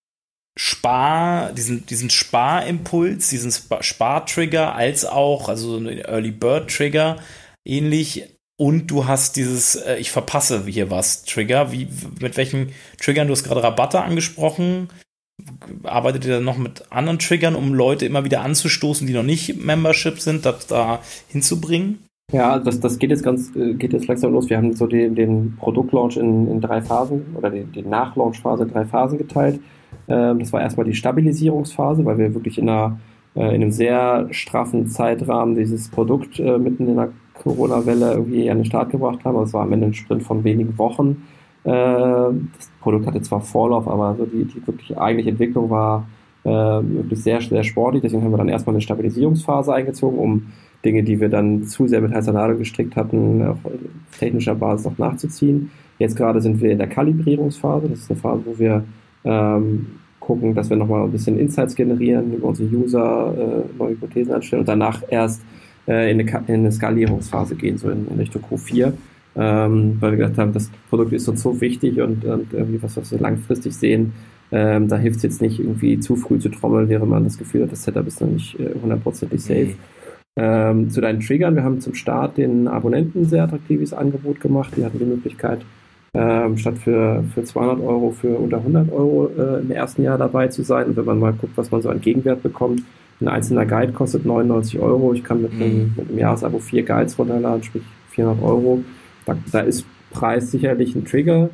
Sparimpuls, diesen Spartrigger, als auch, also einen Early Bird Trigger, ähnlich. Und du hast dieses ich verpasse hier was Trigger. Mit welchen Triggern? Du hast gerade Rabatte angesprochen. Arbeitet ihr dann noch mit anderen Triggern, um Leute immer wieder anzustoßen, die noch nicht Membership sind, das da hinzubringen? Ja, das geht jetzt langsam los. Wir haben so den Produktlaunch in 3 Phasen, oder die Nachlaunchphase in 3 Phasen geteilt. Das war erstmal die Stabilisierungsphase, weil wir wirklich in einem sehr straffen Zeitrahmen dieses Produkt mitten in der Corona-Welle irgendwie an den Start gebracht haben. Also es war am Ende ein Sprint von wenigen Wochen. Das Produkt hatte zwar Vorlauf, aber so die wirklich eigentliche Entwicklung war wirklich sehr, sehr sportlich. Deswegen haben wir dann erstmal eine Stabilisierungsphase eingezogen, um Dinge, die wir dann zu sehr mit heißer Nadel gestrickt hatten, auf technischer Basis noch nachzuziehen. Jetzt gerade sind wir in der Kalibrierungsphase. Das ist eine Phase, wo wir gucken, dass wir nochmal ein bisschen Insights generieren, über unsere User neue Hypothesen anstellen und danach erst in eine Skalierungsphase gehen, so in Richtung Q4, weil wir gedacht haben, das Produkt ist uns so wichtig und irgendwie was wir langfristig sehen, da hilft es jetzt nicht, irgendwie zu früh zu trommeln, während man das Gefühl hat, das Setup ist noch nicht 100%ig safe. Zu deinen Triggern, wir haben zum Start den Abonnenten ein sehr attraktives Angebot gemacht. Die hatten die Möglichkeit, statt für 200 Euro für unter 100 Euro im ersten Jahr dabei zu sein. Und wenn man mal guckt, was man so an Gegenwert bekommt, ein einzelner Guide kostet 99 Euro. Ich kann mit einem Jahresabo 4 Guides runterladen, sprich 400 Euro. Da ist Preis sicherlich ein Trigger.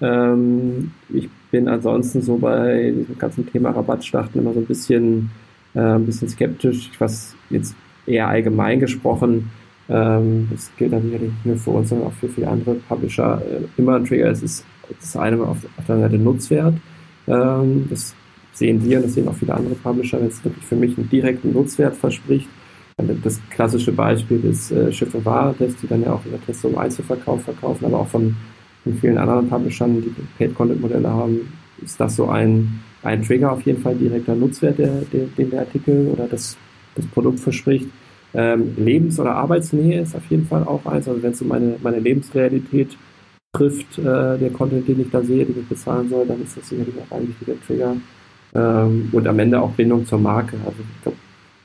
Ich bin ansonsten so bei diesem ganzen Thema Rabattstarten immer so ein bisschen skeptisch, was jetzt eher allgemein gesprochen, das gilt dann sicherlich nicht nur für uns, sondern auch für viele andere Publisher, immer ein Trigger. Es ist das eine auf der Seite Nutzwert. Das sehen wir und das sehen auch viele andere Publisher, wenn es wirklich für mich einen direkten Nutzwert verspricht. Das klassische Beispiel ist Schiff- und Warentests, die dann ja auch über Tests im Einzelverkauf verkaufen, aber auch von vielen anderen Publishern, die Paid-Content-Modelle haben, ist das so ein Trigger, auf jeden Fall direkter Nutzwert, den der Artikel oder das Produkt verspricht. Lebens- oder Arbeitsnähe ist auf jeden Fall auch eins. Also wenn es so meine Lebensrealität trifft, der Content, den ich da sehe, den ich bezahlen soll, dann ist das sicherlich auch ein wichtiger Trigger. Und am Ende auch Bindung zur Marke. Also ich glaube,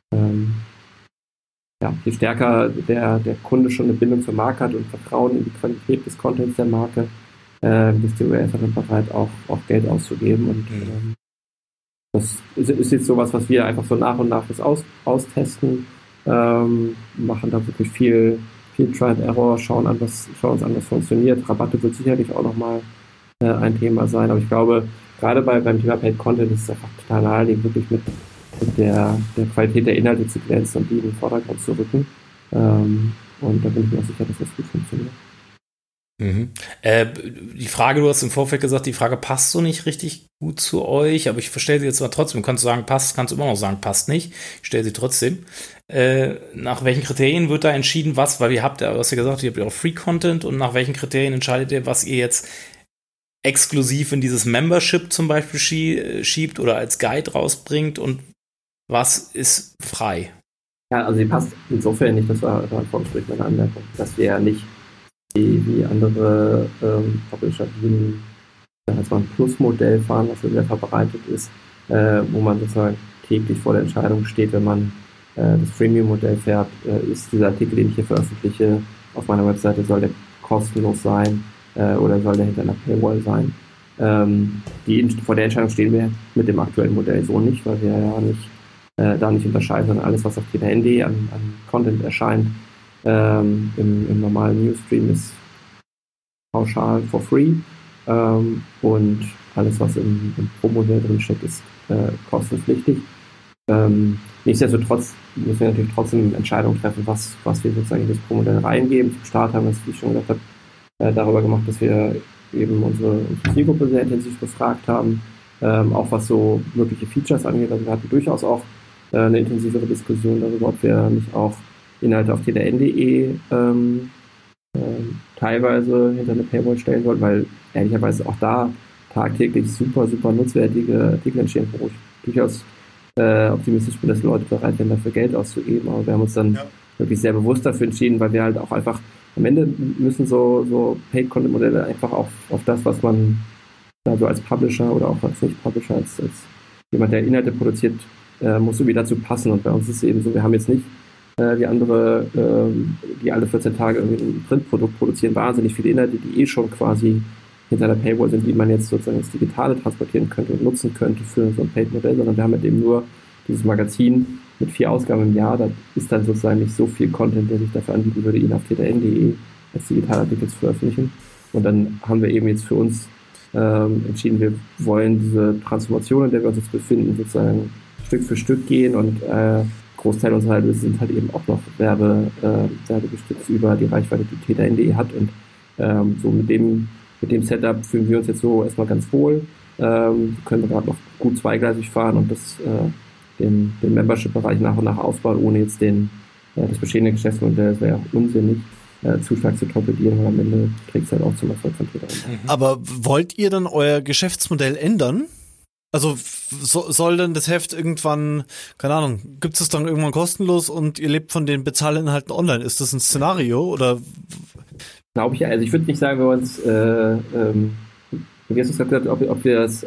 je stärker der Kunde schon eine Bindung zur Marke hat und Vertrauen in die Qualität des Contents der Marke, desto eher ist er dann bereit, auch Geld auszugeben. Und das ist jetzt sowas, was wir einfach so nach und nach austesten, machen da wirklich viel viel Try and Error, schauen uns an, was funktioniert. Rabatte wird sicherlich auch nochmal ein Thema sein, aber ich glaube, gerade beim Thema Paid Content ist es einfach total naheliegend, wirklich mit der Qualität der Inhalte zu glänzen und die in den Vordergrund zu rücken. Und da bin ich mir auch sicher, dass das gut funktioniert. Mhm. Die Frage, du hast im Vorfeld gesagt, die Frage passt so nicht richtig gut zu euch, aber ich stelle sie jetzt mal trotzdem. Kannst du sagen, passt, kannst du immer noch sagen, passt nicht. Ich stelle sie trotzdem. Nach welchen Kriterien wird da entschieden, weil ihr habt ja, was ihr gesagt, ihr habt ja auch Free Content, und nach welchen Kriterien entscheidet ihr, was ihr jetzt exklusiv in dieses Membership zum Beispiel schiebt oder als Guide rausbringt und was ist frei? Ja, also die passt insofern nicht, das war ein Vorgespräch meiner Anmerkung, dass wir ja nicht wie andere Publisher ein Plus-Modell fahren, was sehr verbreitet ist, wo man sozusagen täglich vor der Entscheidung steht, wenn man das Freemium-Modell fährt, ist dieser Artikel, den ich hier veröffentliche, auf meiner Webseite, soll der kostenlos sein oder soll der hinter einer Paywall sein. Vor der Entscheidung stehen wir mit dem aktuellen Modell so nicht, weil wir ja nicht da nicht unterscheiden, sondern alles, was auf t3n.de an Content erscheint, im normalen Newsstream ist pauschal for free, und alles, was im Pro-Modell drin steckt, ist kostenpflichtig. Nichtsdestotrotz müssen wir natürlich trotzdem Entscheidungen treffen, was wir sozusagen in das Pro-Modell reingeben. Zum Start haben wir es, wie ich schon gesagt habe, darüber gemacht, dass wir eben unsere Zielgruppe sehr intensiv befragt haben, auch was so mögliche Features angeht. Also wir hatten durchaus auch eine intensivere Diskussion darüber, ob wir nicht auch Inhalte auf t3n.de teilweise hinter eine Paywall stellen wollen, weil ehrlicherweise auch da tagtäglich super, super nutzwertige Artikel entstehen, wo ich durchaus optimistisch bin, dass Leute bereit sind, dafür Geld auszugeben. Aber wir haben uns dann wirklich sehr bewusst dafür entschieden, weil wir halt auch einfach am Ende müssen so Paid-Content-Modelle einfach auf das, was man da so als Publisher oder auch als Nicht-Publisher, als jemand, der Inhalte produziert, muss irgendwie dazu passen. Und bei uns ist es eben so, wir haben jetzt nicht wie andere, die alle 14 Tage irgendwie ein Printprodukt produzieren, wahnsinnig viele Inhalte, die schon quasi hinter der Paywall sind, die man jetzt sozusagen ins Digitale transportieren könnte und nutzen könnte für so ein Paid-Modell, sondern wir haben halt eben nur dieses Magazin mit 4 Ausgaben im Jahr. Da ist dann sozusagen nicht so viel Content, der sich dafür anbieten würde, ihn auf t3n.de als Digitalartikel zu veröffentlichen. Und dann haben wir eben jetzt für uns entschieden, wir wollen diese Transformation, in der wir uns jetzt befinden, sozusagen Stück für Stück gehen, und Großteil unserer Inhalte sind halt eben auch noch werbegestützt über die Reichweite, die t3n.de hat, und so mit dem Setup fühlen wir uns jetzt so erstmal ganz wohl. Können wir gerade noch gut zweigleisig fahren und den Membership-Bereich nach und nach ausbauen, ohne jetzt das bestehende Geschäftsmodell, das wäre ja auch unsinnig, zu stark zu torpedieren, weil am Ende trägt es halt auch zum Erfolg von t3n. Aber wollt ihr dann euer Geschäftsmodell ändern? Also soll denn das Heft irgendwann, keine Ahnung, gibt es dann irgendwann kostenlos und ihr lebt von den Bezahlinhalten online? Ist das ein Szenario oder? Glaube ich ja. Also ich würde nicht sagen, wir uns wie hast du gesagt, ob wir es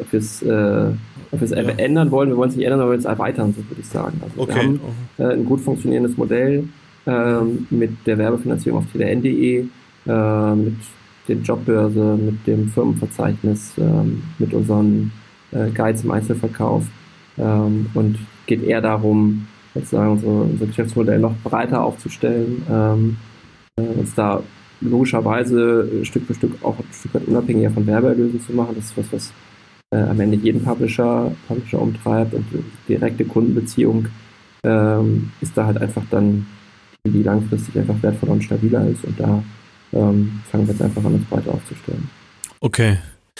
ändern wollen. Wir wollen es nicht ändern, aber wir es erweitern, so würde ich sagen. Also okay. Wir haben ein gut funktionierendes Modell mit der Werbefinanzierung auf t3n.de, mit der Jobbörse, mit dem Firmenverzeichnis, mit unseren Guides im Einzelverkauf, und geht eher darum, sozusagen unser Geschäftsmodell noch breiter aufzustellen, uns da logischerweise Stück für Stück auch ein Stück weit unabhängiger von Werbeerlösen zu machen. Das ist was am Ende jeden Publisher umtreibt, und direkte Kundenbeziehung ist da halt einfach dann die langfristig einfach wertvoller und stabiler ist, und da fangen wir jetzt einfach an, uns breiter aufzustellen. Okay.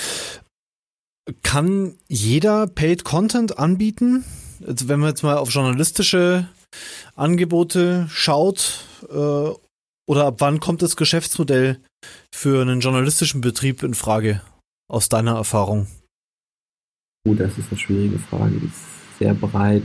Kann jeder Paid Content anbieten? Also wenn man jetzt mal auf journalistische Angebote schaut, oder ab wann kommt das Geschäftsmodell für einen journalistischen Betrieb in Frage, aus deiner Erfahrung? Gut, das ist eine schwierige Frage, die ist sehr breit.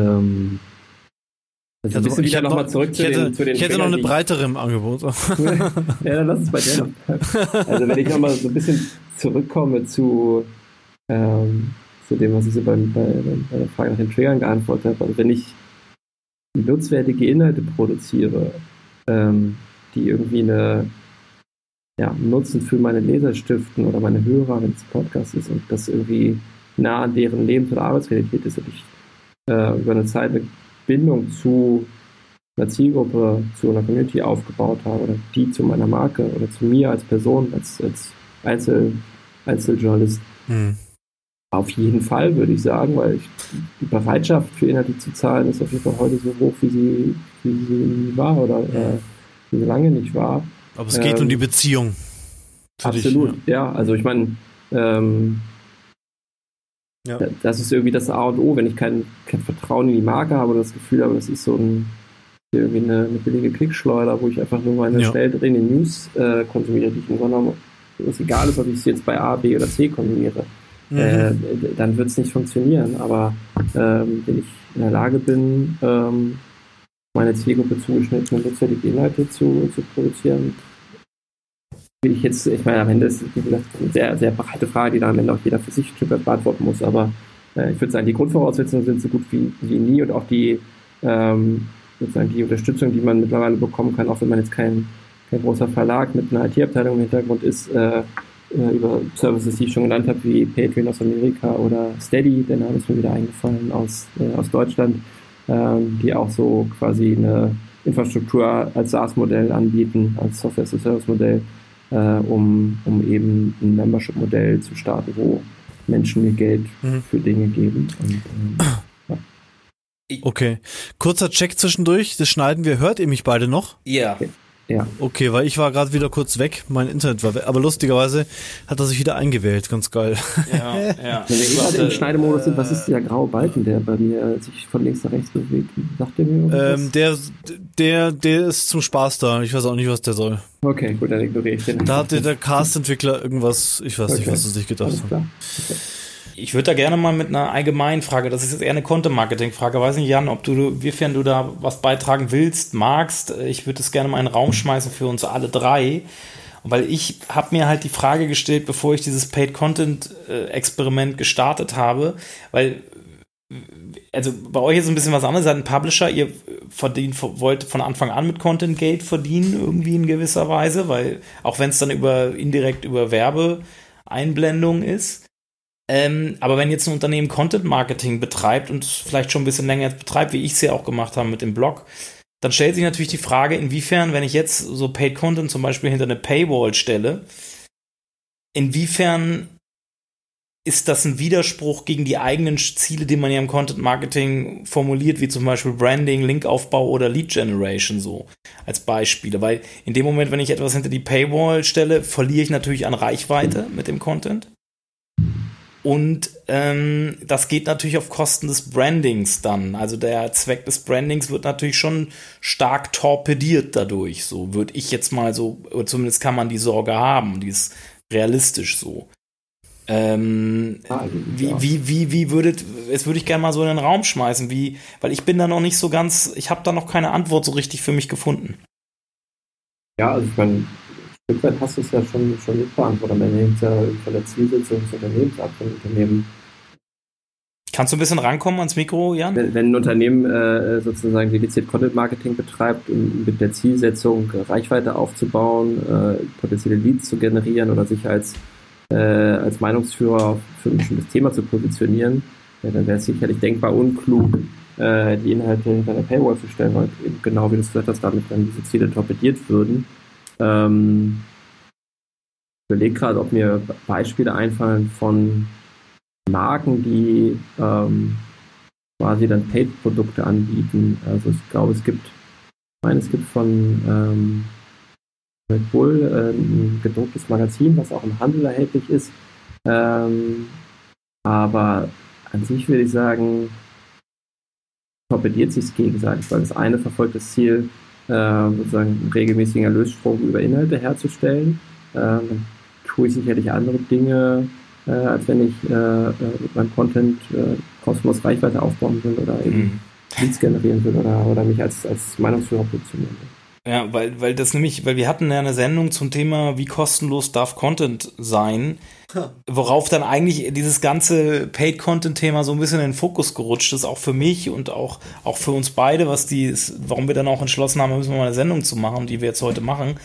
Ich hätte noch eine breitere im Angebot. Ja, dann lass uns bei der noch. Also wenn ich nochmal so ein bisschen zurückkomme zu dem, was ich so bei der Frage nach den Triggern geantwortet habe. Also wenn ich nutzwertige Inhalte produziere, die irgendwie einen Nutzen für meine Leser stiften oder meine Hörer, wenn es Podcast ist, und das irgendwie nah an deren Lebens- oder Arbeitsrealität ist, und ich über eine Zeit eine Bindung zu einer Zielgruppe, zu einer Community aufgebaut habe oder die zu meiner Marke oder zu mir als Person, als Einzeljournalist. Auf jeden Fall, würde ich sagen, weil die Bereitschaft für Inhalte zu zahlen ist auf jeden Fall heute so hoch, wie sie nie war oder wie sie lange nicht war. Aber es geht um die Beziehung. Absolut, dich, ja. Also ich meine, das ist irgendwie das A und O, wenn ich kein Vertrauen in die Marke habe oder das Gefühl habe, das ist so irgendwie eine billige Klickschleuder, wo ich einfach nur meine schnell drehenden News konsumiere, die ich im Grunde genommen, es egal ist, ob ich es jetzt bei A, B oder C konsumiere, dann wird es nicht funktionieren. Aber wenn ich in der Lage bin, meine Zielgruppe zugeschnittene nutzwertige Inhalte zu produzieren, ich meine, am Ende ist wie gesagt eine sehr, sehr breite Frage, die dann am Ende auch jeder für sich beantworten muss, aber ich würde sagen, die Grundvoraussetzungen sind so gut wie nie und auch die sozusagen die Unterstützung, die man mittlerweile bekommen kann, auch wenn man jetzt kein großer Verlag mit einer IT-Abteilung im Hintergrund ist, über Services, die ich schon genannt habe, wie Patreon aus Amerika oder Steady, der Name ist mir wieder eingefallen, aus Deutschland, die auch so quasi eine Infrastruktur als SaaS-Modell anbieten, als Software-as-a-Service-Modell, um eben ein Membership-Modell zu starten, wo Menschen mir Geld für Dinge geben. Und, Okay. Kurzer Check zwischendurch, das schneiden wir. Hört ihr mich beide noch? Ja. Okay. Ja. Okay, weil ich war gerade wieder kurz weg, mein Internet war weg, aber lustigerweise hat er sich wieder eingewählt, ganz geil. Ja. Wenn wir gerade im Schneidemodus sind, was ist der graue Balken, der bei mir sich von links nach rechts bewegt? Sagt der mir irgendwas? Der ist zum Spaß da, ich weiß auch nicht, was der soll. Okay, gut, dann ignoriere ich den. Da hat der Cast-Entwickler irgendwas, ich weiß nicht, was er sich gedacht hat. Okay. Ich würde da gerne mal mit einer allgemeinen Frage, das ist jetzt eher eine Content-Marketing-Frage, weiß nicht, Jan, wiefern du da was beitragen willst, magst. Ich würde das gerne mal in den Raum schmeißen für uns alle drei, weil ich habe mir halt die Frage gestellt, bevor ich dieses Paid-Content-Experiment gestartet habe, weil, also bei euch ist ein bisschen was anderes, ihr seid ein Publisher, ihr wollt von Anfang an mit Content Geld verdienen, irgendwie in gewisser Weise, weil auch wenn es dann indirekt über Werbeeinblendung ist. Aber wenn jetzt ein Unternehmen Content Marketing betreibt und vielleicht schon ein bisschen länger jetzt betreibt, wie ich es ja auch gemacht habe mit dem Blog, dann stellt sich natürlich die Frage, inwiefern, wenn ich jetzt so Paid Content zum Beispiel hinter eine Paywall stelle, inwiefern ist das ein Widerspruch gegen die eigenen Ziele, die man ja im Content Marketing formuliert, wie zum Beispiel Branding, Linkaufbau oder Lead Generation, so als Beispiele. Weil in dem Moment, wenn ich etwas hinter die Paywall stelle, verliere ich natürlich an Reichweite mit dem Content. Und das geht natürlich auf Kosten des Brandings dann. Also der Zweck des Brandings wird natürlich schon stark torpediert dadurch. So würde ich jetzt mal so, oder zumindest kann man die Sorge haben. Die ist realistisch so. Wie würdet, jetzt würde ich gerne mal so in den Raum schmeißen, weil ich bin da noch nicht so ganz, ich habe da noch keine Antwort so richtig für mich gefunden. Ja, also ich meine, Stück weit hast du es ja schon mitbeantwortet. Am Ende hängt es ja von der Zielsetzung des Unternehmens ab, von Unternehmen. Kannst du ein bisschen rankommen ans Mikro, Jan? Wenn ein Unternehmen sozusagen dediziert Content-Marketing betreibt, mit der Zielsetzung, Reichweite aufzubauen, potenzielle Leads zu generieren oder sich als Meinungsführer für ein bestimmtes Thema zu positionieren, dann wäre es sicherlich denkbar unklug, die Inhalte hinter der Paywall zu stellen, weil eben genau wie du es gesagt hast, damit dann diese Ziele torpediert würden. Ich überlege gerade, ob mir Beispiele einfallen von Marken, die quasi dann Paid-Produkte anbieten. Also ich glaube, es gibt von Red Bull ein gedrucktes Magazin, was auch im Handel erhältlich ist. Aber an sich würde ich sagen, torpediert sich es gegenseitig, weil das eine verfolgt das Ziel, sozusagen einen regelmäßigen Erlösstrom über Inhalte herzustellen. Dann tue ich sicherlich andere Dinge, als wenn ich mit meinem Content kostenlos Reichweite aufbauen will oder eben Leads generieren will oder mich als Meinungsführer positionieren will. Ja, weil wir hatten ja eine Sendung zum Thema, wie kostenlos darf Content sein, worauf dann eigentlich dieses ganze Paid-Content-Thema so ein bisschen in den Fokus gerutscht ist, auch für mich und auch für uns beide, warum wir dann auch entschlossen haben, müssen wir mal eine Sendung zu machen, die wir jetzt heute machen.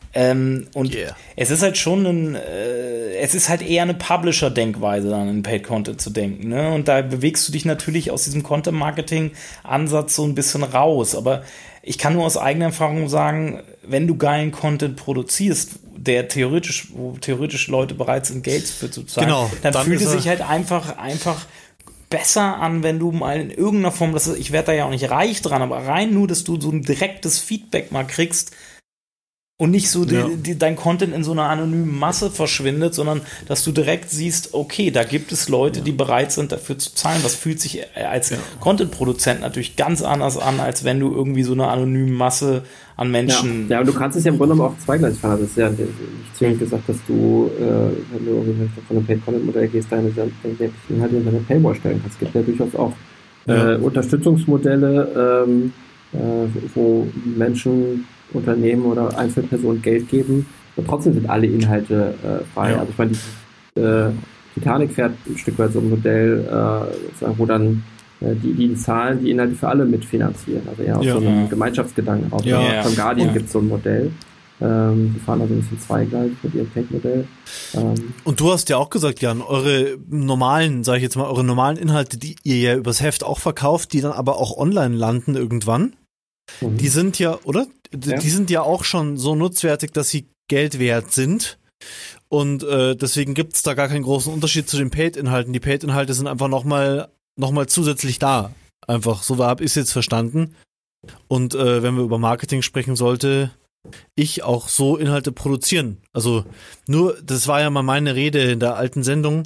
Und es ist halt schon es ist halt eher eine Publisher-Denkweise, dann in Paid Content zu denken, ne? Und da bewegst du dich natürlich aus diesem Content-Marketing-Ansatz so ein bisschen raus. Aber ich kann nur aus eigener Erfahrung sagen, wenn du geilen Content produzierst, wo theoretisch Leute bereit sind, Geld für zu zahlen, dann fühlt es sich halt einfach besser an, wenn du mal in irgendeiner Form, ich werde da ja auch nicht reich dran, aber rein nur, dass du so ein direktes Feedback mal kriegst und nicht so dein Content in so einer anonymen Masse verschwindet, sondern dass du direkt siehst, okay, da gibt es Leute, die bereit sind, dafür zu zahlen. Das fühlt sich als Content-Produzent natürlich ganz anders an, als wenn du irgendwie so eine anonyme Masse an Menschen... Ja, und du kannst es ja im Grunde genommen auch zweigleisig fahren. Das ist ja nicht zwingend gesagt, dass du, wenn du irgendwie von einem Paid-Content-Modell gehst, deine Inhalte in deine Paywall stellen kannst. Es gibt ja durchaus auch Unterstützungsmodelle, wo Menschen, Unternehmen oder Einzelpersonen Geld geben und trotzdem sind alle Inhalte frei. Also ich meine, Titanic fährt ein Stück weit so ein Modell, wo dann die Zahlen die Inhalte für alle mitfinanzieren. Also so einen Gemeinschaftsgedanken auch. Von Guardian gibt es so ein Modell. Die fahren also ein bisschen zweigleisig mit ihrem Paid-Modell. Und du hast ja auch gesagt, Jan, eure normalen Inhalte, die ihr ja übers Heft auch verkauft, die dann aber auch online landen irgendwann, die sind ja, oder? Die sind ja auch schon so nutzwertig, dass sie Geld wert sind. Und deswegen gibt es da gar keinen großen Unterschied zu den Paid-Inhalten. Die Paid-Inhalte sind einfach nochmal zusätzlich da. Einfach, so habe ich es jetzt verstanden. Und wenn wir über Marketing sprechen, sollte ich auch so Inhalte produzieren. Also das war ja mal meine Rede in der alten Sendung,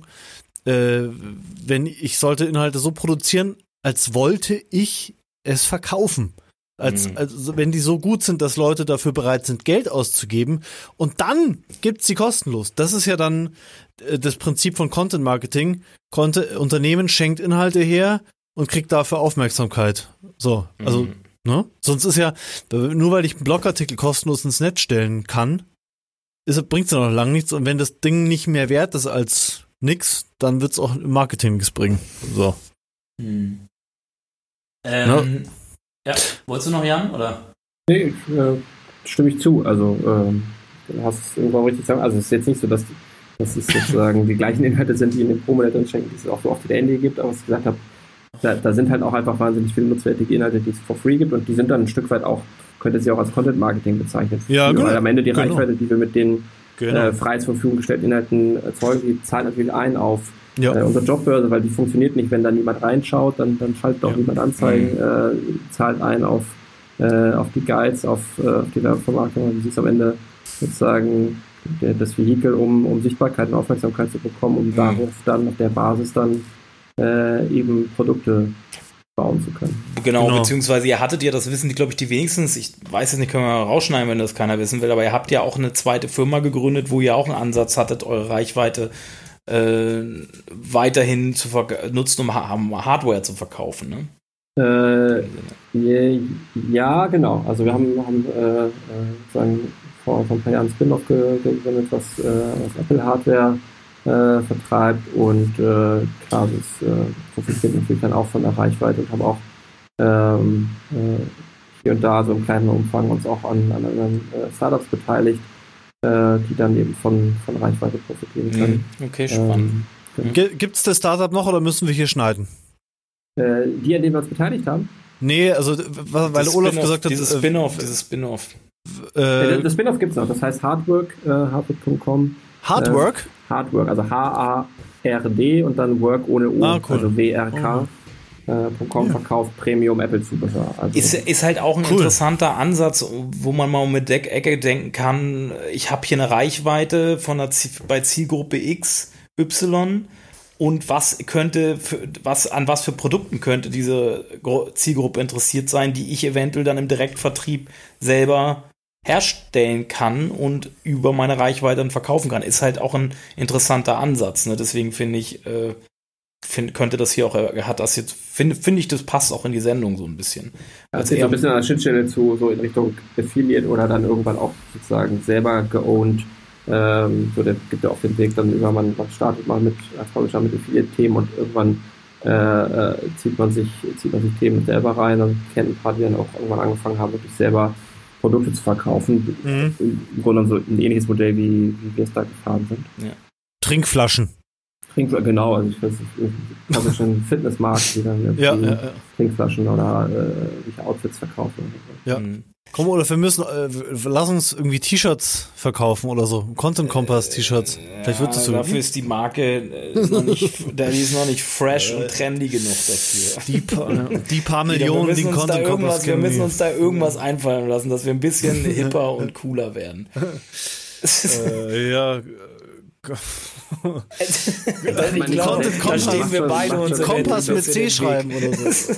ich sollte Inhalte so produzieren, als wollte ich es verkaufen. Also wenn die so gut sind, dass Leute dafür bereit sind, Geld auszugeben und dann gibt's sie kostenlos. Das ist ja dann das Prinzip von Content Marketing. Unternehmen schenkt Inhalte her und kriegt dafür Aufmerksamkeit. So, also, ne? Sonst ist ja, nur weil ich einen Blogartikel kostenlos ins Netz stellen kann, bringt's ja noch lange nichts. Und wenn das Ding nicht mehr wert ist als nix, dann wird's auch im Marketing nichts bringen. So. Ja, wolltest du noch, Jan, oder? Nee, stimme ich zu. Also, du hast es irgendwann richtig gesagt. Also, es ist jetzt nicht so, dass es sozusagen die gleichen Inhalte sind, die in dem Pro-Modell drin schenken, die es auch so oft in der ND gibt. Aber was ich gesagt habe, da sind halt auch einfach wahnsinnig viele nutzwertige Inhalte, die es for free gibt und die sind dann ein Stück weit auch, könnte sie auch als Content-Marketing bezeichnet. Ja, genau. Weil am Ende die Reichweite, die wir mit den frei zur Verfügung gestellten Inhalten erzeugen, die zahlen natürlich ein auf unsere Jobbörse, weil die funktioniert nicht, wenn da niemand reinschaut, dann schaltet auch niemand Anzeigen, zahlt ein auf die Guides, auf die Werbevermarktung, also du siehst am Ende sozusagen das Vehikel, um Sichtbarkeit und Aufmerksamkeit zu bekommen, um darauf dann auf der Basis dann eben Produkte bauen zu können. Genau, beziehungsweise ihr hattet ja, das wissen die, glaube ich, die wenigstens, ich weiß es nicht, können wir mal rausschneiden, wenn das keiner wissen will, aber ihr habt ja auch eine zweite Firma gegründet, wo ihr auch einen Ansatz hattet, eure Reichweite weiterhin zu nutzen, um Hardware zu verkaufen, ne? Ja, genau. Also wir haben sozusagen vor ein paar Jahren Spin-off gegründet, was Apple Hardware vertreibt und klar, das profitiert natürlich dann auch von der Reichweite und haben auch hier und da so im kleinen Umfang uns auch an anderen Startups beteiligt, die dann eben von Reichweite profitieren können. Okay, spannend. Gibt es das Startup noch oder müssen wir hier schneiden? Die, an denen wir uns beteiligt haben? Nee, also weil Olaf gesagt hat... Dieses Spin-off. Das Spin-off gibt es noch, das heißt Hardwork, hardwork.com. Hardwork? Hardwork, also H-A-R-D und dann Work ohne U, cool. Also W-R-K.com verkauft Premium Apple-Zubehör. Also ist halt auch ein interessanter Ansatz, wo man mal mit Ecke denken kann, ich habe hier eine Reichweite bei Zielgruppe X, Y und an was für Produkten könnte diese Zielgruppe interessiert sein, die ich eventuell dann im Direktvertrieb selber herstellen kann und über meine Reichweite dann verkaufen kann. Ist halt auch ein interessanter Ansatz, ne? Deswegen finde ich, könnte das hier auch, finde ich, das passt auch in die Sendung so ein bisschen. Das ist so ein bisschen an der Schnittstelle so in Richtung Affiliate oder dann irgendwann auch sozusagen selber geowned. Der gibt ja auch den Weg, dann man startet mal als Publisher mit Affiliate-Themen und irgendwann zieht man sich Themen selber rein und kennt ein paar, die dann auch irgendwann angefangen haben, wirklich selber Produkte zu verkaufen. Im Grunde so ein ähnliches Modell, wie wir es da gefahren sind. Ja. Trinkflaschen. Genau, also ich weiß nicht, klassischen Fitnessmarkt, die dann Trinkflaschen oder welche Outfits verkaufen. Ja. Komm, Olaf, wir müssen, lass uns irgendwie T-Shirts verkaufen oder so. Content Kompass T-Shirts. Vielleicht wird das so. Dafür ist die Marke die ist noch nicht fresh und trendy genug dafür. Die paar Millionen, die Content Kompass kennen. Wir müssen uns da irgendwas einfallen lassen, dass wir ein bisschen hipper und cooler werden. Ich glaube, da stehen wir beide uns Kompass mit C schreiben oder so.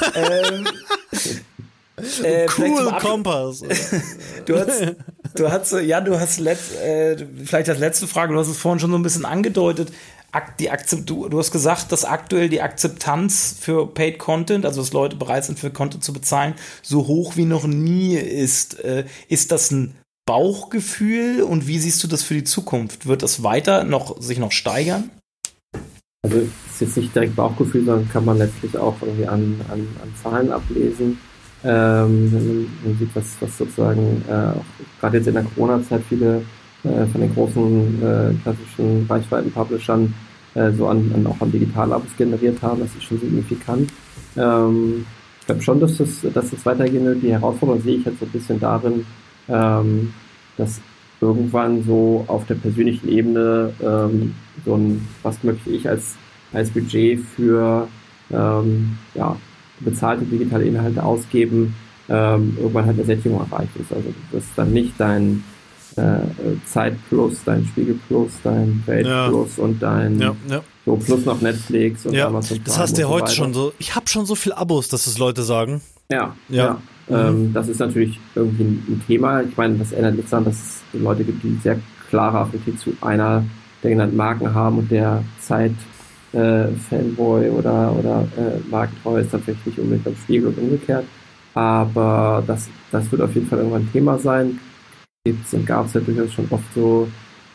Cool Kompass. Du hast vielleicht als letzte Frage, du hast es vorhin schon so ein bisschen angedeutet, du hast gesagt, dass aktuell die Akzeptanz für Paid Content, also dass Leute bereit sind, für Content zu bezahlen, so hoch wie noch nie ist. Ist das ein Bauchgefühl und wie siehst du das für die Zukunft? Wird das weiter sich noch steigern? Also es ist jetzt nicht direkt Bauchgefühl, sondern kann man letztlich auch irgendwie an Zahlen ablesen. Wenn man sieht, was sozusagen auch gerade jetzt in der Corona-Zeit viele von den großen klassischen Reichweiten-Publishern auch an Digital-Abos generiert haben, das ist schon signifikant. Ich glaube schon, dass das weitergehen wird. Die Herausforderung sehe ich jetzt so ein bisschen darin, dass irgendwann so auf der persönlichen Ebene was möchte ich als Budget für bezahlte digitale Inhalte ausgeben, irgendwann halt eine Sättigung erreicht ist. Also das ist dann nicht dein Zeit Plus, dein Spiegel Plus, dein Welt Plus und dein so plus noch Netflix und Amazon Prime. Das hast du ja heute schon so. Ich habe schon so viel Abos, dass es Leute sagen. Ja. Das ist natürlich irgendwie ein Thema. Ich meine, das ändert nichts daran, dass es Leute gibt, die sehr klare Affinität zu einer der genannten Marken haben und der Zeit Fanboy oder markentreu ist tatsächlich nicht unbedingt am Spiegel und umgekehrt. Aber das wird auf jeden Fall irgendwann ein Thema sein. Gab es ja durchaus schon oft so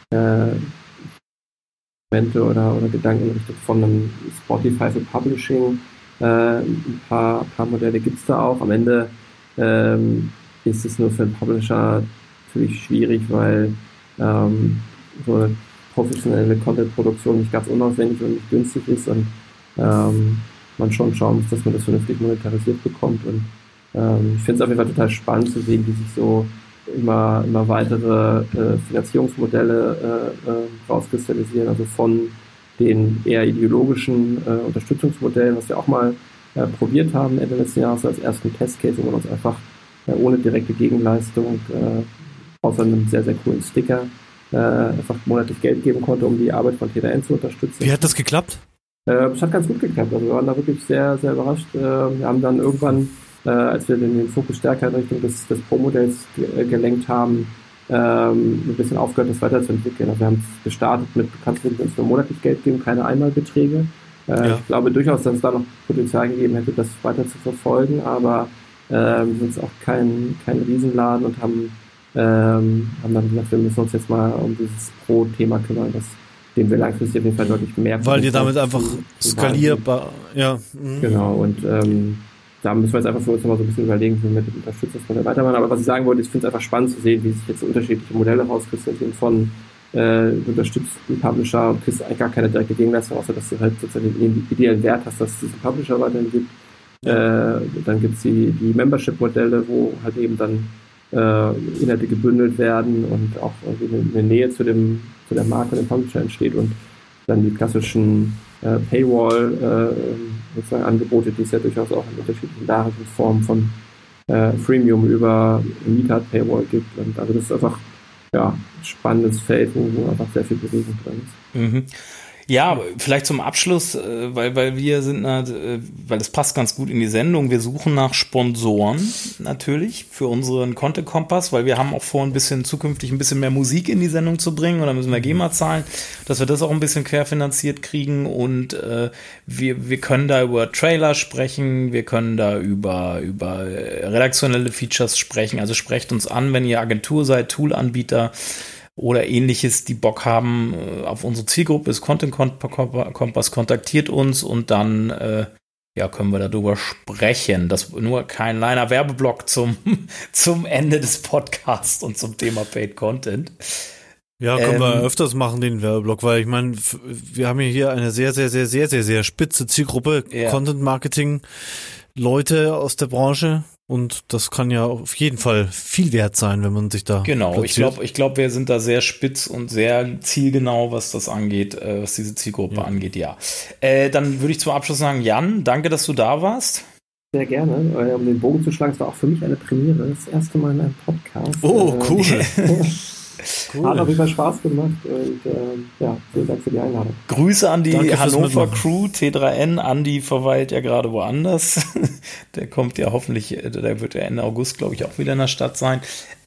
Momente oder Gedanken in Richtung von einem Spotify für Publishing. Ein paar Modelle gibt es da auch. Am Ende ist es nur für einen Publisher natürlich schwierig, weil so eine professionelle Content-Produktion nicht ganz unaufwendig und nicht günstig ist und man schon schauen muss, dass man das vernünftig monetarisiert bekommt. Und ich finde es auf jeden Fall total spannend zu sehen, wie sich so immer weitere Finanzierungsmodelle rauskristallisieren, also von den eher ideologischen Unterstützungsmodellen, was wir auch mal probiert haben Ende letzten Jahres als ersten Testcase, wo man uns einfach ohne direkte Gegenleistung außer einem sehr, sehr coolen Sticker einfach monatlich Geld geben konnte, um die Arbeit von T3N zu unterstützen. Wie hat das geklappt? Es hat ganz gut geklappt. Also wir waren da wirklich sehr, sehr überrascht. Wir haben dann irgendwann, als wir den Fokus stärker in Richtung des Pro-Modells gelenkt haben, ein bisschen aufgehört, das weiterzuentwickeln. Also wir haben es gestartet mit, du kannst uns nur monatlich Geld geben, keine Einmalbeträge. Ich glaube durchaus, dass es da noch Potenzial gegeben hätte, das weiter zu verfolgen, aber wir sind jetzt auch kein Riesenladen und haben dann gesagt, wir müssen uns jetzt mal um dieses Pro-Thema kümmern, dem wir langfristig auf jeden Fall deutlich mehr. Weil ihr damit einfach skalierbar, Genau, und da müssen wir jetzt einfach für uns nochmal so ein bisschen überlegen, wie wir mit dem Unterstützungsmodell weitermachen. Aber was ich sagen wollte, ich finde es einfach spannend zu sehen, wie sich jetzt unterschiedliche Modelle rauskristallisieren von du unterstützt einen Publisher und kriegst eigentlich gar keine direkte Gegenleistung, außer dass du halt sozusagen den ideellen Wert hast, dass es diesen Publisher weiterhin gibt. Dann gibt es die Membership-Modelle, wo halt eben dann Inhalte gebündelt werden und auch eine Nähe zu der Marke und dem Publisher entsteht und dann die klassischen Paywall-Angebote, die es ja durchaus auch in unterschiedlichen darreichen Formen von Freemium über Meetup Paywall gibt. Und also das ist einfach ein spannendes Feld, wo einfach sehr viel Bewegung drin ist. Mhm. Ja, vielleicht zum Abschluss, weil wir sind, weil das passt ganz gut in die Sendung, wir suchen nach Sponsoren natürlich für unseren Content Kompass, weil wir haben auch vor, zukünftig ein bisschen mehr Musik in die Sendung zu bringen und dann müssen wir GEMA zahlen, dass wir das auch ein bisschen querfinanziert kriegen und wir können da über Trailer sprechen, wir können da über redaktionelle Features sprechen, also sprecht uns an, wenn ihr Agentur seid, Toolanbieter oder ähnliches, die Bock haben auf unsere Zielgruppe, ist Content Kompass, kontaktiert uns und dann ja, können wir darüber sprechen. Das nur kein kleiner Werbeblock zum Ende des Podcasts und zum Thema Paid Content. Ja, können wir öfters machen, den Werbeblock, weil ich meine, wir haben hier eine sehr, sehr, sehr, sehr, sehr, sehr spitze Zielgruppe, Content Marketing, Leute aus der Branche, und das kann ja auf jeden Fall viel wert sein, wenn man sich da platziert. Ich glaube, wir sind da sehr spitz und sehr zielgenau, was das angeht, was diese Zielgruppe angeht, ja. Dann würde ich zum Abschluss sagen, Jan, danke, dass du da warst. Sehr gerne. Um den Bogen zu schlagen, es war auch für mich eine Premiere. Das erste Mal in einem Podcast. Oh, cool. Cool. Hat auf jeden Fall Spaß gemacht und vielen Dank für die Einladung. Grüße an die Hannover Crew, T3N. Andi verweilt ja gerade woanders. Der kommt ja hoffentlich, der wird ja Ende August, glaube ich, auch wieder in der Stadt sein.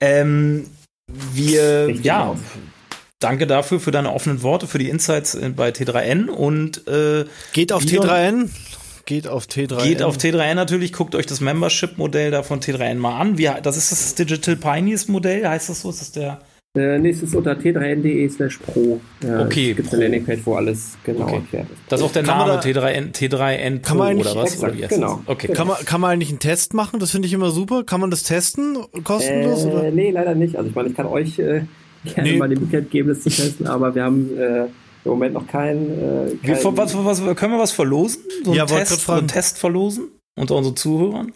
Danke dafür, für deine offenen Worte, für die Insights bei T3N und geht auf T3N. Geht auf T3N natürlich, guckt euch das Membership-Modell da von T3N mal an. Das ist das Digital Pioneers-Modell, heißt das so? Ist das der... Nee, es ist unter t3n.de/pro. Okay. Es gibt eine Landingpage, wo alles genau erklärt ist. Das ist auch der Name, T3N Pro oder was? Exakt, oder genau. Okay. Kann man eigentlich einen Test machen? Das finde ich immer super. Kann man das testen? Kostenlos? Oder? Nee, leider nicht. Also ich meine, ich kann euch gerne mal die Möglichkeit geben, das zu testen, aber wir haben im Moment noch keinen... Können wir was verlosen? So einen Test verlosen unter unseren Zuhörern?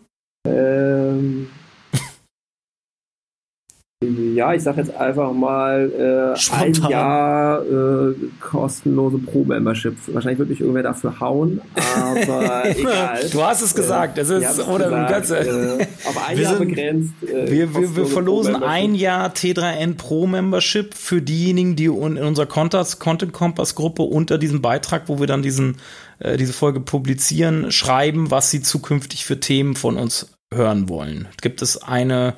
Ja, ich sag jetzt einfach mal ein Jahr kostenlose Pro-Membership. Wahrscheinlich wird mich irgendwer dafür hauen, aber egal. Du hast es gesagt. Das ist, auf ein Jahr begrenzt. Wir verlosen ein Jahr T3N Pro-Membership für diejenigen, die in unserer Content-Kompass-Gruppe unter diesem Beitrag, wo wir dann diese Folge publizieren, schreiben, was sie zukünftig für Themen von uns hören wollen. Gibt es ein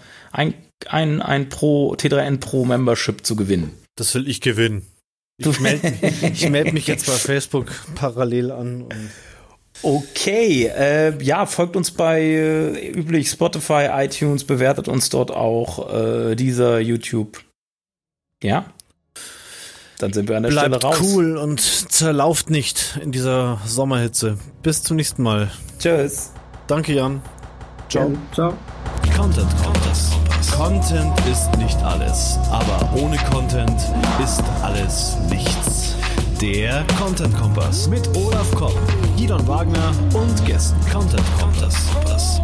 T3N Pro Membership zu gewinnen. Das will ich gewinnen. Ich melde mich jetzt bei Facebook parallel an. Okay, folgt uns bei üblich Spotify, iTunes, bewertet uns dort auch, dieser YouTube. Ja? Dann sind wir an der Stelle raus. Bleibt cool und zerlauft nicht in dieser Sommerhitze. Bis zum nächsten Mal. Tschüss. Danke, Jan. Ciao. Ciao. Content Kompass. Content ist nicht alles, aber ohne Content ist alles nichts. Der Content Kompass mit Olaf Kopp, Gidon Wagner und Gästen. Content Kompass.